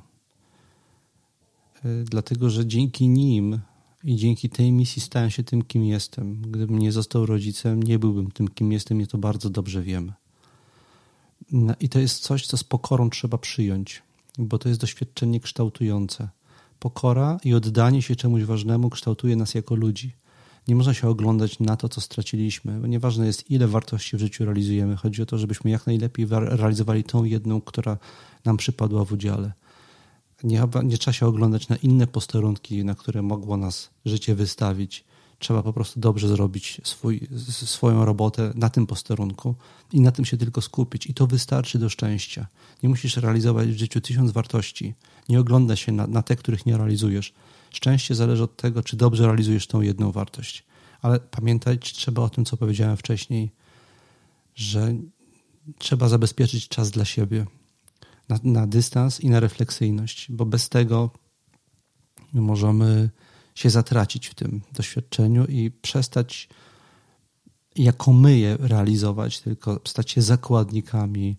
Dlatego, że dzięki nim i dzięki tej misji stałem się tym, kim jestem. Gdybym nie został rodzicem, nie byłbym tym, kim jestem i to bardzo dobrze wiem. I to jest coś, co z pokorą trzeba przyjąć, bo to jest doświadczenie kształtujące. Pokora i oddanie się czemuś ważnemu kształtuje nas jako ludzi. Nie można się oglądać na to, co straciliśmy, bo nieważne jest, ile wartości w życiu realizujemy. Chodzi o to, żebyśmy jak najlepiej realizowali tą jedną, która nam przypadła w udziale. Nie trzeba się oglądać na inne posterunki, na które mogło nas życie wystawić. Trzeba po prostu dobrze zrobić swoją robotę na tym posterunku i na tym się tylko skupić. I to wystarczy do szczęścia. Nie musisz realizować w życiu 1000 wartości. Nie oglądaj się na te, których nie realizujesz. Szczęście zależy od tego, czy dobrze realizujesz tą jedną wartość. Ale pamiętać trzeba o tym, co powiedziałem wcześniej, że trzeba zabezpieczyć czas dla siebie na dystans i na refleksyjność, bo bez tego możemy się zatracić w tym doświadczeniu i przestać jako my je realizować, tylko stać się zakładnikami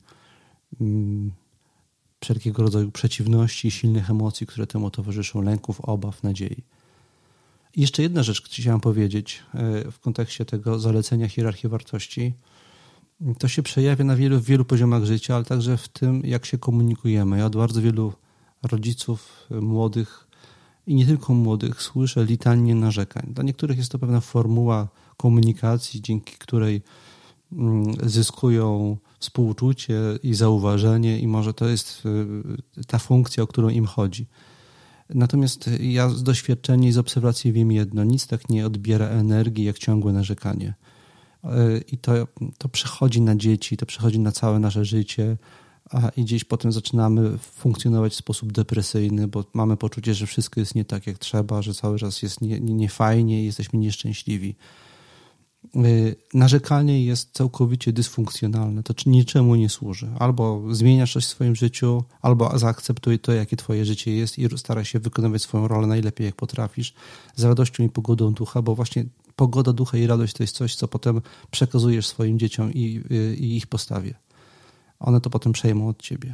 wszelkiego rodzaju przeciwności i silnych emocji, które temu towarzyszą, lęków, obaw, nadziei. I jeszcze jedna rzecz chciałem powiedzieć w kontekście tego zalecenia hierarchii wartości. To się przejawia na wielu poziomach życia, ale także w tym, jak się komunikujemy. Ja od bardzo wielu rodziców młodych i nie tylko młodych słyszę litanię narzekań. Dla niektórych jest to pewna formuła komunikacji, dzięki której zyskują współczucie i zauważenie i może to jest ta funkcja, o którą im chodzi. Natomiast ja z doświadczenia i z obserwacji wiem jedno, nic tak nie odbiera energii jak ciągłe narzekanie. I to przechodzi na dzieci, to przechodzi na całe nasze życie, i gdzieś potem zaczynamy funkcjonować w sposób depresyjny, bo mamy poczucie, że wszystko jest nie tak jak trzeba, że cały czas jest niefajnie i jesteśmy nieszczęśliwi. Narzekanie jest całkowicie dysfunkcjonalne, to niczemu nie służy. Albo zmieniasz coś w swoim życiu, albo zaakceptuj to, jakie twoje życie jest i staraj się wykonywać swoją rolę najlepiej, jak potrafisz, z radością i pogodą ducha, bo właśnie pogoda ducha i radość to jest coś, co potem przekazujesz swoim dzieciom i ich postawie. One to potem przejmą od ciebie.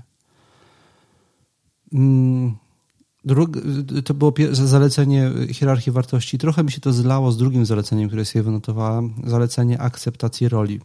To było zalecenie hierarchii wartości. Trochę mi się to zlało z drugim zaleceniem, które sobie wynotowałem. Zalecenie akceptacji roli,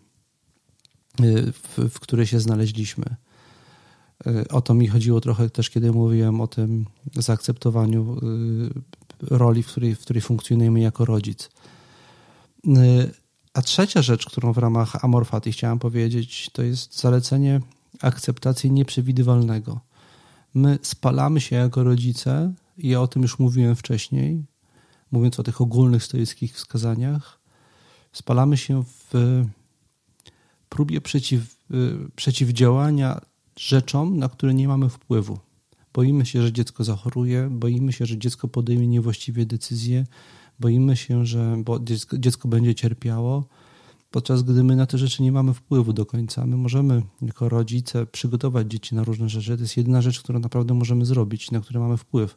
w której się znaleźliśmy. O to mi chodziło trochę też, kiedy mówiłem o tym zaakceptowaniu roli, w której funkcjonujemy jako rodzic. A trzecia rzecz, którą w ramach Amor Fati chciałem powiedzieć, to jest zalecenie akceptacji nieprzewidywalnego. My spalamy się jako rodzice, i ja o tym już mówiłem wcześniej, mówiąc o tych ogólnych stoickich wskazaniach, spalamy się w próbie przeciwdziałania rzeczom, na które nie mamy wpływu. Boimy się, że dziecko zachoruje, boimy się, że dziecko podejmie niewłaściwie decyzje, boimy się, że dziecko będzie cierpiało, podczas gdy my na te rzeczy nie mamy wpływu do końca. My możemy jako rodzice przygotować dzieci na różne rzeczy. To jest jedyna rzecz, którą naprawdę możemy zrobić, na które mamy wpływ.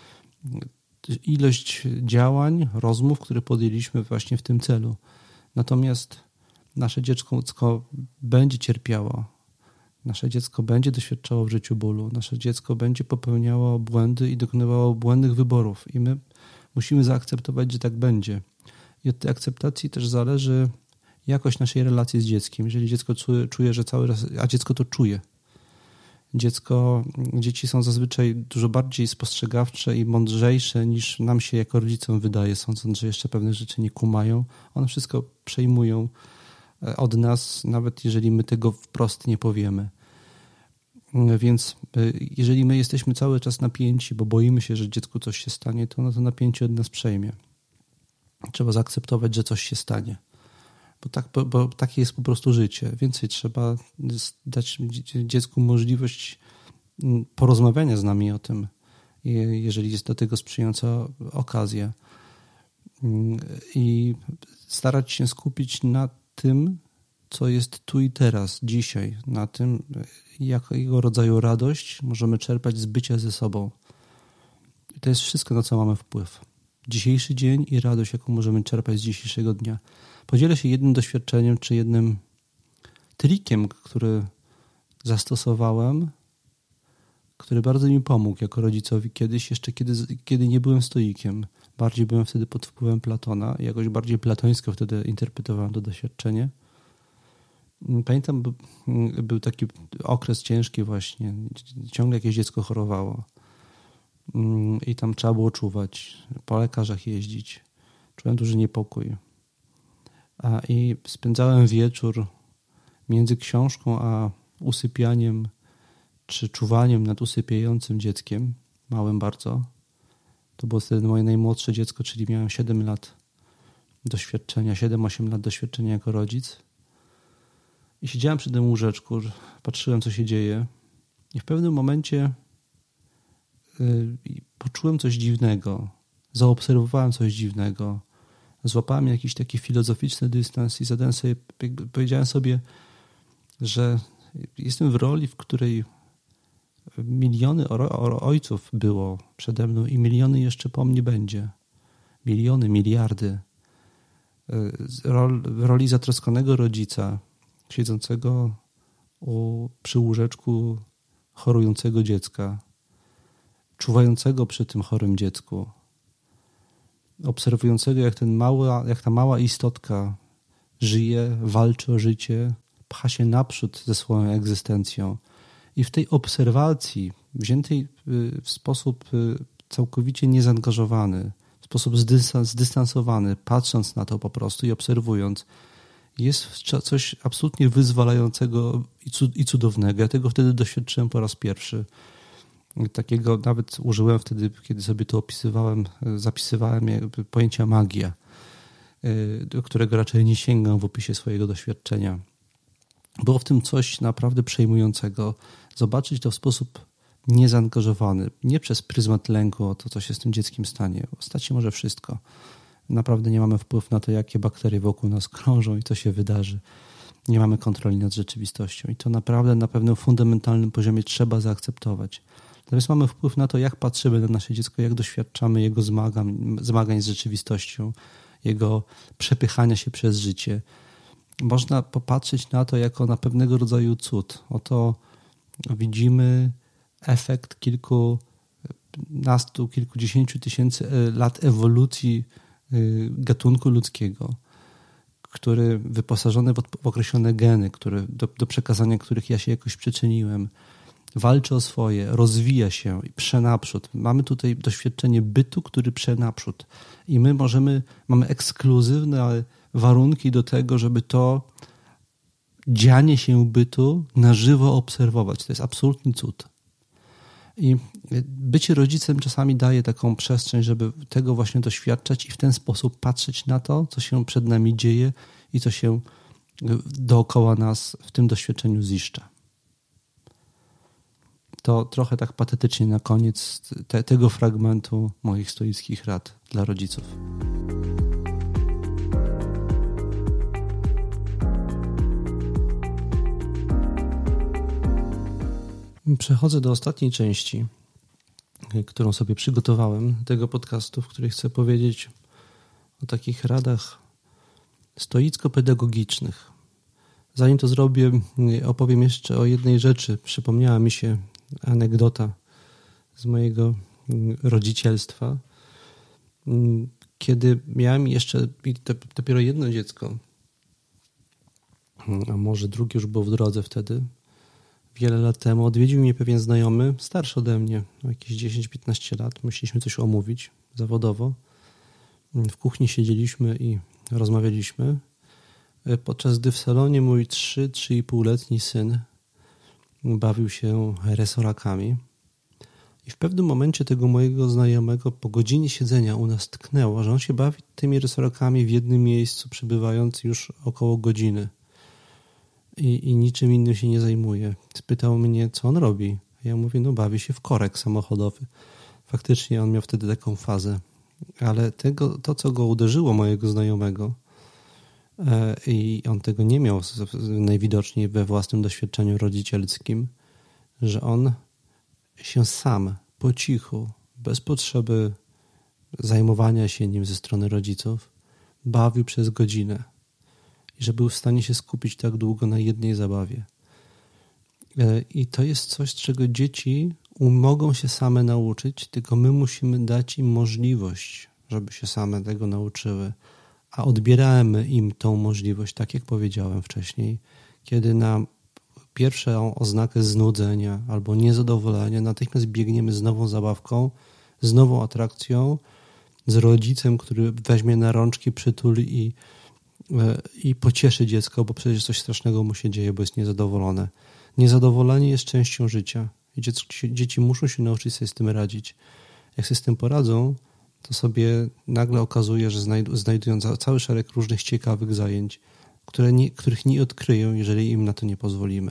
Ilość działań, rozmów, które podjęliśmy właśnie w tym celu. Natomiast nasze dziecko będzie cierpiało. Nasze dziecko będzie doświadczało w życiu bólu. Nasze dziecko będzie popełniało błędy i dokonywało błędnych wyborów. I my musimy zaakceptować, że tak będzie. I od tej akceptacji też zależy jakość naszej relacji z dzieckiem. Jeżeli dziecko czuje, że cały raz, a dziecko to czuje. Dzieci są zazwyczaj dużo bardziej spostrzegawcze i mądrzejsze niż nam się jako rodzicom wydaje, sądząc, że jeszcze pewnych rzeczy nie kumają. One wszystko przejmują od nas, nawet jeżeli my tego wprost nie powiemy. Więc jeżeli my jesteśmy cały czas napięci, bo boimy się, że dziecku coś się stanie, to ono to napięcie od nas przejmie. Trzeba zaakceptować, że coś się stanie. Bo takie jest po prostu życie. Więcej trzeba dać dziecku możliwość porozmawiania z nami o tym, jeżeli jest do tego sprzyjająca okazja. I starać się skupić na tym, co jest tu i teraz, dzisiaj, na tym, jakiego rodzaju radość możemy czerpać z bycia ze sobą. I to jest wszystko, na co mamy wpływ. Dzisiejszy dzień i radość, jaką możemy czerpać z dzisiejszego dnia. Podzielę się jednym doświadczeniem, czy jednym trikiem, który zastosowałem, który bardzo mi pomógł jako rodzicowi kiedyś, jeszcze kiedy nie byłem stoikiem. Bardziej byłem wtedy pod wpływem Platona i jakoś bardziej platońsko wtedy interpretowałem to doświadczenie. Pamiętam, był taki okres ciężki właśnie. Ciągle jakieś dziecko chorowało. I tam trzeba było czuwać, po lekarzach jeździć. Czułem duży niepokój. I spędzałem wieczór między książką a usypianiem, czy czuwaniem nad usypiającym dzieckiem, małym bardzo. To było wtedy moje najmłodsze dziecko, czyli miałem 7 lat doświadczenia, 7-8 lat doświadczenia jako rodzic. I siedziałem przy tym łóżeczku, patrzyłem, co się dzieje. I w pewnym momencie poczułem coś dziwnego. Zaobserwowałem coś dziwnego. Złapałem jakiś taki filozoficzny dystans i powiedziałem sobie, że jestem w roli, w której miliony ojców było przede mną i miliony jeszcze po mnie będzie. Miliony, miliardy. W roli zatroskanego rodzica, siedzącego przy łóżeczku chorującego dziecka, czuwającego przy tym chorym dziecku, obserwującego, jak ta mała istotka żyje, walczy o życie, pcha się naprzód ze swoją egzystencją. I w tej obserwacji, wziętej w sposób całkowicie niezaangażowany, w sposób zdystansowany, patrząc na to po prostu i obserwując, jest coś absolutnie wyzwalającego i cudownego. Ja tego wtedy doświadczyłem po raz pierwszy. Takiego nawet użyłem wtedy, kiedy sobie to opisywałem, zapisywałem pojęcia magia, do którego raczej nie sięgam w opisie swojego doświadczenia. Było w tym coś naprawdę przejmującego. Zobaczyć to w sposób niezaangażowany, nie przez pryzmat lęku o to, co się z tym dzieckiem stanie. Stać się może wszystko. Naprawdę nie mamy wpływu na to, jakie bakterie wokół nas krążą i co się wydarzy. Nie mamy kontroli nad rzeczywistością. I to naprawdę na pewnym fundamentalnym poziomie trzeba zaakceptować. Natomiast mamy wpływ na to, jak patrzymy na nasze dziecko, jak doświadczamy jego zmagań z rzeczywistością, jego przepychania się przez życie. Można popatrzeć na to jako na pewnego rodzaju cud. Oto widzimy efekt kilkudziesięciu tysięcy lat ewolucji gatunku ludzkiego, który wyposażony w określone geny, do przekazania których ja się jakoś przyczyniłem, walczy o swoje, rozwija się i prze naprzód. Mamy tutaj doświadczenie bytu, który prze naprzód. I my mamy ekskluzywne warunki do tego, żeby to dzianie się bytu na żywo obserwować. To jest absolutny cud. I bycie rodzicem czasami daje taką przestrzeń, żeby tego właśnie doświadczać i w ten sposób patrzeć na to, co się przed nami dzieje i co się dookoła nas w tym doświadczeniu ziszcza. To trochę tak patetycznie na koniec tego fragmentu moich stoickich rad dla rodziców. Przechodzę do ostatniej części, którą sobie przygotowałem tego podcastu, w której chcę powiedzieć o takich radach stoicko-pedagogicznych. Zanim to zrobię, opowiem jeszcze o jednej rzeczy. Przypomniała mi się anegdota z mojego rodzicielstwa. Kiedy miałem jeszcze dopiero jedno dziecko, a może drugie już było w drodze wtedy, wiele lat temu odwiedził mnie pewien znajomy, starszy ode mnie, jakieś 10-15 lat. Musieliśmy coś omówić zawodowo. W kuchni siedzieliśmy i rozmawialiśmy, podczas gdy w salonie mój 3,5-letni syn bawił się resorakami. I w pewnym momencie tego mojego znajomego po godzinie siedzenia u nas tknęło, że on się bawi tymi resorakami w jednym miejscu, przebywając już około godziny. I niczym innym się nie zajmuje. Spytał mnie, co on robi. Ja mówię, bawi się w korek samochodowy. Faktycznie on miał wtedy taką fazę. Ale to, co go uderzyło, mojego znajomego, i on tego nie miał najwidoczniej we własnym doświadczeniu rodzicielskim, że on się sam, po cichu, bez potrzeby zajmowania się nim ze strony rodziców, bawił przez godzinę. I że był w stanie się skupić tak długo na jednej zabawie. I to jest coś, czego dzieci mogą się same nauczyć, tylko my musimy dać im możliwość, żeby się same tego nauczyły. A odbieramy im tą możliwość, tak jak powiedziałem wcześniej, kiedy na pierwszą oznakę znudzenia albo niezadowolenia natychmiast biegniemy z nową zabawką, z nową atrakcją, z rodzicem, który weźmie na rączki, przytuli i pocieszy dziecko, bo przecież coś strasznego mu się dzieje, bo jest niezadowolone. Niezadowolenie jest częścią życia. Dzieci muszą się nauczyć sobie z tym radzić. Jak sobie z tym poradzą, to sobie nagle okazuje, że znajdują cały szereg różnych ciekawych zajęć, których nie odkryją, jeżeli im na to nie pozwolimy.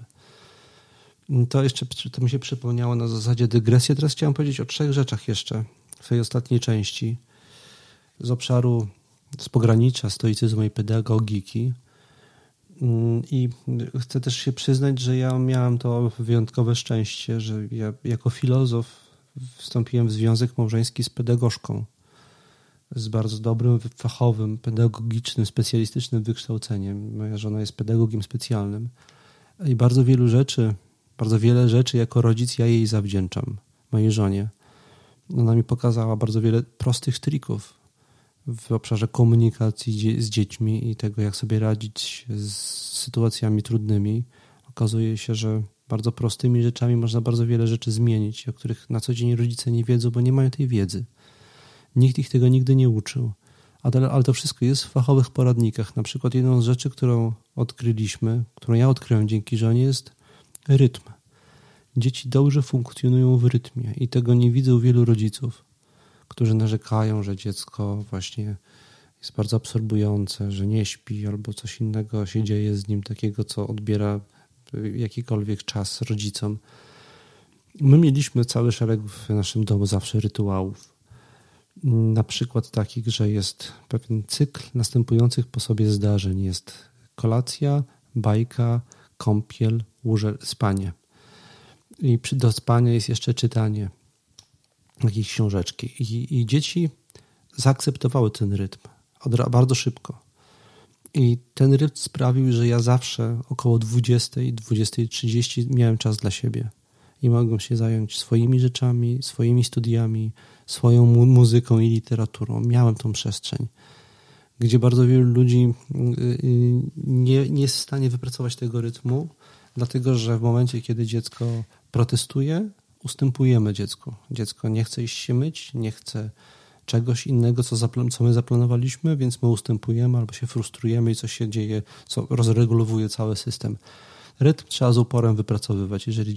To mi się przypomniało na zasadzie dygresji. Teraz chciałem powiedzieć o 3 rzeczach jeszcze w tej ostatniej części z obszaru, z pogranicza stoicyzmu i pedagogiki. I chcę też się przyznać, że ja miałem to wyjątkowe szczęście, że ja jako filozof wstąpiłem w związek małżeński z pedagogzką, z bardzo dobrym, fachowym, pedagogicznym, specjalistycznym wykształceniem. Moja żona jest pedagogiem specjalnym i bardzo wiele rzeczy jako rodzic ja jej zawdzięczam, mojej żonie. Ona mi pokazała bardzo wiele prostych trików w obszarze komunikacji z dziećmi i tego, jak sobie radzić z sytuacjami trudnymi. Okazuje się, że bardzo prostymi rzeczami można bardzo wiele rzeczy zmienić, o których na co dzień rodzice nie wiedzą, bo nie mają tej wiedzy. Nikt ich tego nigdy nie uczył. Ale to wszystko jest w fachowych poradnikach. Na przykład jedną z rzeczy, którą odkryliśmy, którą ja odkryłem dzięki żonie, jest rytm. Dzieci dobrze funkcjonują w rytmie i tego nie widzą wielu rodziców, którzy narzekają, że dziecko właśnie jest bardzo absorbujące, że nie śpi albo coś innego się dzieje z nim takiego, co odbiera jakikolwiek czas rodzicom. My mieliśmy cały szereg w naszym domu zawsze rytuałów. Na przykład takich, że jest pewien cykl następujących po sobie zdarzeń. Jest kolacja, bajka, kąpiel, spanie. I do spania jest jeszcze czytanie jakiejś książeczki. I dzieci zaakceptowały ten rytm bardzo szybko. I ten rytm sprawił, że ja zawsze około 20, 20:30 miałem czas dla siebie. I mogłem się zająć swoimi rzeczami, swoimi studiami, swoją muzyką i literaturą. Miałem tą przestrzeń, gdzie bardzo wielu ludzi nie jest w stanie wypracować tego rytmu, Dlatego, że w momencie, kiedy dziecko protestuje, ustępujemy dziecku. Dziecko nie chce iść się myć, nie chce czegoś innego, co my zaplanowaliśmy, więc my ustępujemy albo się frustrujemy i coś się dzieje, co rozregulowuje cały system. Rytm trzeba z uporem wypracowywać. Jeżeli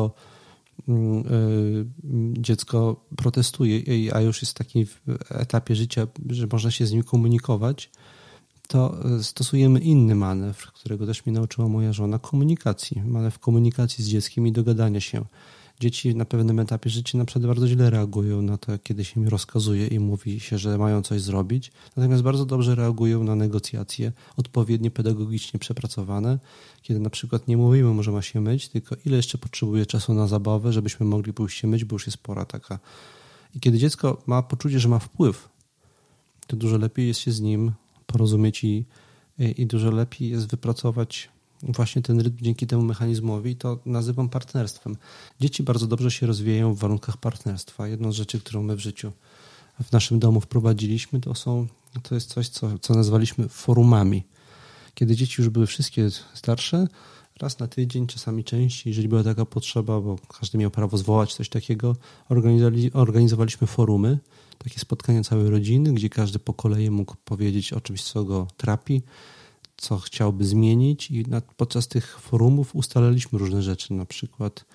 dziecko protestuje, a już jest w takim etapie życia, że można się z nim komunikować, to stosujemy inny manewr, którego też mnie nauczyła moja żona, komunikacji. Manewr komunikacji z dzieckiem i dogadania się. Dzieci na pewnym etapie życia na przykład bardzo źle reagują na to, kiedy się im rozkazuje i mówi się, że mają coś zrobić. Natomiast bardzo dobrze reagują na negocjacje, odpowiednio pedagogicznie przepracowane, kiedy na przykład nie mówimy mu, że ma się myć, tylko ile jeszcze potrzebuje czasu na zabawę, żebyśmy mogli pójść się myć, bo już jest pora taka. I kiedy dziecko ma poczucie, że ma wpływ, to dużo lepiej jest się z nim porozumieć i dużo lepiej jest wypracować właśnie ten rytm dzięki temu mechanizmowi i to nazywam partnerstwem. Dzieci bardzo dobrze się rozwijają w warunkach partnerstwa. Jedną z rzeczy, którą my w życiu w naszym domu wprowadziliśmy, to jest coś, co nazwaliśmy forumami. Kiedy dzieci już były wszystkie starsze, raz na tydzień, czasami częściej, jeżeli była taka potrzeba, bo każdy miał prawo zwołać coś takiego, organizowaliśmy forumy, takie spotkania całej rodziny, gdzie każdy po kolei mógł powiedzieć o czymś, co go trapi, co chciałby zmienić i podczas tych forumów ustalaliśmy różne rzeczy, na przykład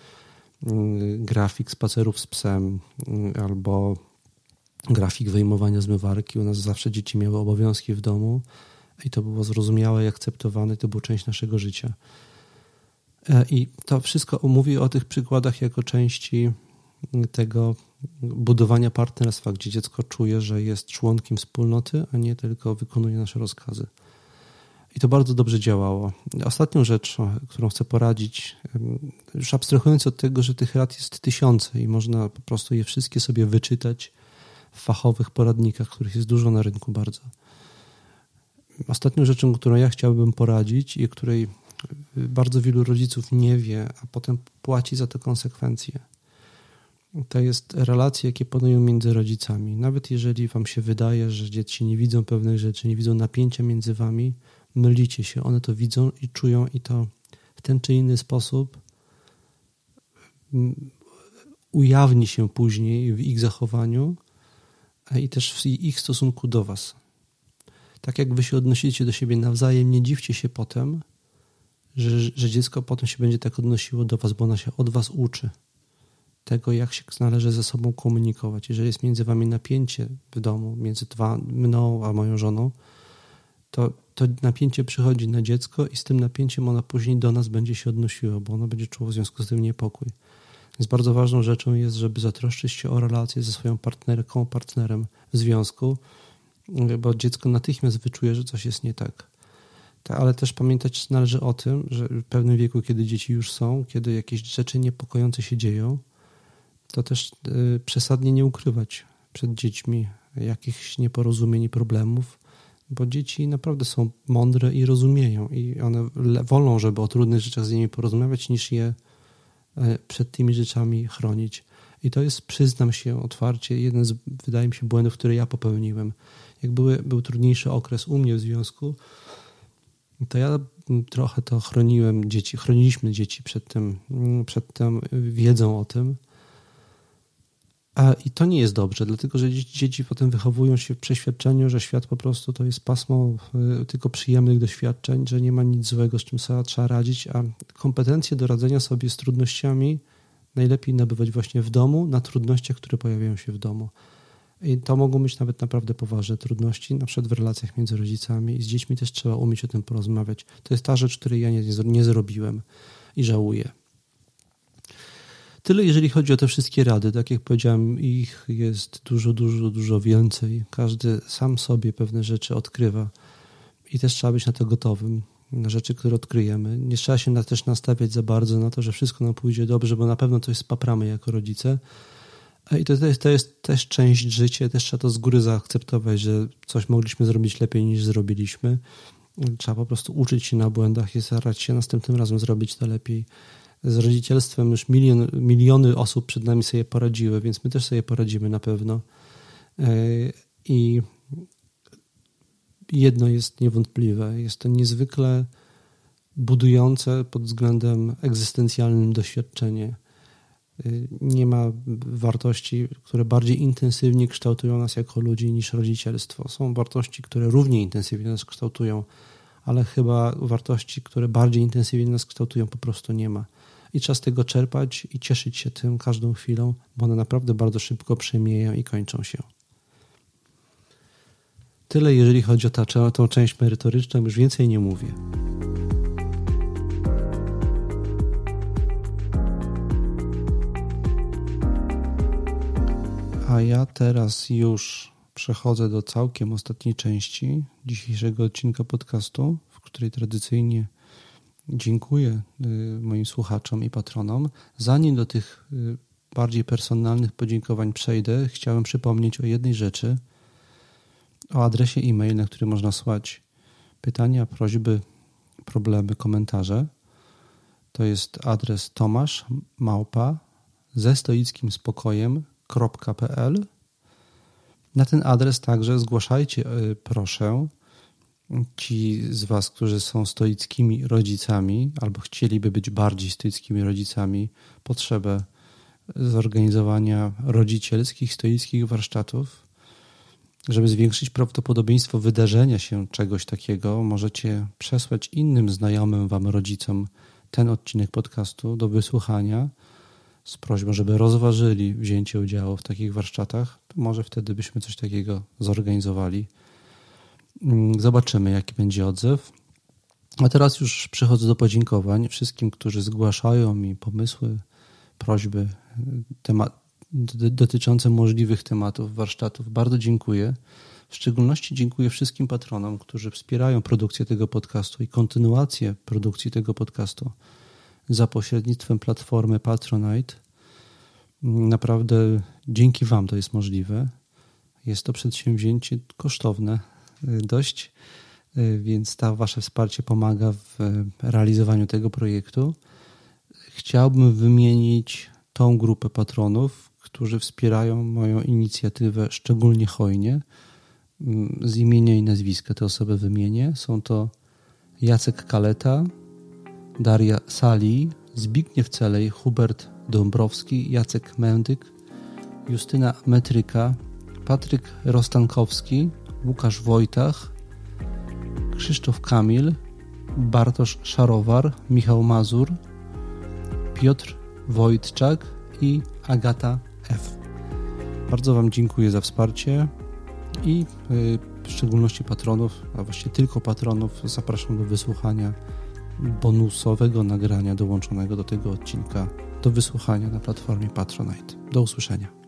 grafik spacerów z psem albo grafik wyjmowania zmywarki. U nas zawsze dzieci miały obowiązki w domu i to było zrozumiałe i akceptowane, to była część naszego życia. I to wszystko mówię o tych przykładach jako części tego budowania partnerstwa, gdzie dziecko czuje, że jest członkiem wspólnoty, a nie tylko wykonuje nasze rozkazy. I to bardzo dobrze działało. Ostatnią rzecz, którą chcę poradzić, już abstrahując od tego, że tych rad jest tysiące i można po prostu je wszystkie sobie wyczytać w fachowych poradnikach, których jest dużo na rynku bardzo. Ostatnią rzeczą, którą ja chciałbym poradzić i której bardzo wielu rodziców nie wie, a potem płaci za to konsekwencje, to jest relacje, jakie panują między rodzicami. Nawet jeżeli wam się wydaje, że dzieci nie widzą pewnych rzeczy, nie widzą napięcia między wami, mylicie się. One to widzą i czują i to w ten czy inny sposób ujawni się później w ich zachowaniu i też w ich stosunku do was. Tak jak wy się odnosicie do siebie nawzajem, nie dziwcie się potem, że dziecko potem się będzie tak odnosiło do was, bo ono się od was uczy tego, jak się należy ze sobą komunikować. Jeżeli jest między wami napięcie w domu, między mną a moją żoną, to napięcie przychodzi na dziecko i z tym napięciem ono później do nas będzie się odnosiło, bo ono będzie czuło w związku z tym niepokój. Więc bardzo ważną rzeczą jest, żeby zatroszczyć się o relację ze swoją partnerką, partnerem w związku, bo dziecko natychmiast wyczuje, że coś jest nie tak. Ale też pamiętać należy o tym, że w pewnym wieku, kiedy dzieci już są, kiedy jakieś rzeczy niepokojące się dzieją, to też przesadnie nie ukrywać przed dziećmi jakichś nieporozumień i problemów, bo dzieci naprawdę są mądre i rozumieją i one wolą, żeby o trudnych rzeczach z nimi porozmawiać, niż je przed tymi rzeczami chronić. I to jest, przyznam się otwarcie, jeden z, wydaje mi się, błędów, które ja popełniłem. Jak był trudniejszy okres u mnie w związku, to ja trochę to chroniliśmy dzieci przed tą wiedzą o tym. I to nie jest dobrze, dlatego że dzieci potem wychowują się w przeświadczeniu, że świat po prostu to jest pasmo tylko przyjemnych doświadczeń, że nie ma nic złego, z czym trzeba radzić, a kompetencje do radzenia sobie z trudnościami najlepiej nabywać właśnie w domu, na trudnościach, które pojawiają się w domu. I to mogą być nawet naprawdę poważne trudności, na przykład w relacjach między rodzicami i z dziećmi też trzeba umieć o tym porozmawiać. To jest ta rzecz, której ja nie zrobiłem i żałuję. Tyle, jeżeli chodzi o te wszystkie rady. Tak jak powiedziałem, ich jest dużo więcej. Każdy sam sobie pewne rzeczy odkrywa i też trzeba być na to gotowym, na rzeczy, które odkryjemy. Nie trzeba się też nastawiać za bardzo na to, że wszystko nam pójdzie dobrze, bo na pewno coś spapramy jako rodzice. I to jest też część życia, też trzeba to z góry zaakceptować, że coś mogliśmy zrobić lepiej niż zrobiliśmy. Trzeba po prostu uczyć się na błędach i starać się następnym razem zrobić to lepiej. Z rodzicielstwem już miliony osób przed nami sobie poradziły, więc my też sobie poradzimy na pewno. I jedno jest niewątpliwe. Jest to niezwykle budujące pod względem egzystencjalnym doświadczenie. Nie ma wartości, które bardziej intensywnie kształtują nas jako ludzi niż rodzicielstwo. Są wartości, które równie intensywnie nas kształtują, ale chyba wartości, które bardziej intensywnie nas kształtują, po prostu nie ma. I trzeba z tego czerpać i cieszyć się tym każdą chwilą, bo one naprawdę bardzo szybko przemieją i kończą się. Tyle, jeżeli chodzi o tą część merytoryczną, już więcej nie mówię. A ja teraz już przechodzę do całkiem ostatniej części dzisiejszego odcinka podcastu, w której tradycyjnie dziękuję moim słuchaczom i patronom. Zanim do tych bardziej personalnych podziękowań przejdę, chciałem przypomnieć o jednej rzeczy, o adresie e-mail, na który można słać pytania, prośby, problemy, komentarze. To jest adres tomasz@zestoickimspokojem.pl. Na ten adres także zgłaszajcie, proszę, ci z Was, którzy są stoickimi rodzicami albo chcieliby być bardziej stoickimi rodzicami, potrzebę zorganizowania rodzicielskich, stoickich warsztatów. Żeby zwiększyć prawdopodobieństwo wydarzenia się czegoś takiego, możecie przesłać innym znajomym Wam rodzicom ten odcinek podcastu do wysłuchania z prośbą, żeby rozważyli wzięcie udziału w takich warsztatach. Może wtedy byśmy coś takiego zorganizowali. Zobaczymy, jaki będzie odzew. A teraz już przechodzę do podziękowań wszystkim, którzy zgłaszają mi pomysły, prośby dotyczące możliwych tematów warsztatów. Bardzo dziękuję. W szczególności dziękuję wszystkim patronom, którzy wspierają produkcję tego podcastu i kontynuację produkcji tego podcastu za pośrednictwem platformy Patronite. Naprawdę dzięki Wam to jest możliwe. Jest to przedsięwzięcie kosztowne dość, więc to Wasze wsparcie pomaga w realizowaniu tego projektu. Chciałbym wymienić tą grupę patronów, którzy wspierają moją inicjatywę szczególnie hojnie. Z imienia i nazwiska te osoby wymienię. Są to Jacek Kaleta, Daria Sali, Zbigniew Celej, Hubert Dąbrowski, Jacek Mędyk, Justyna Metryka, Patryk Rostankowski, Łukasz Wojtach, Krzysztof Kamil, Bartosz Szarowar, Michał Mazur, Piotr Wojtczak i Agata F. Bardzo Wam dziękuję za wsparcie i w szczególności patronów, a właściwie tylko patronów, zapraszam do wysłuchania bonusowego nagrania dołączonego do tego odcinka do wysłuchania na platformie Patronite. Do usłyszenia.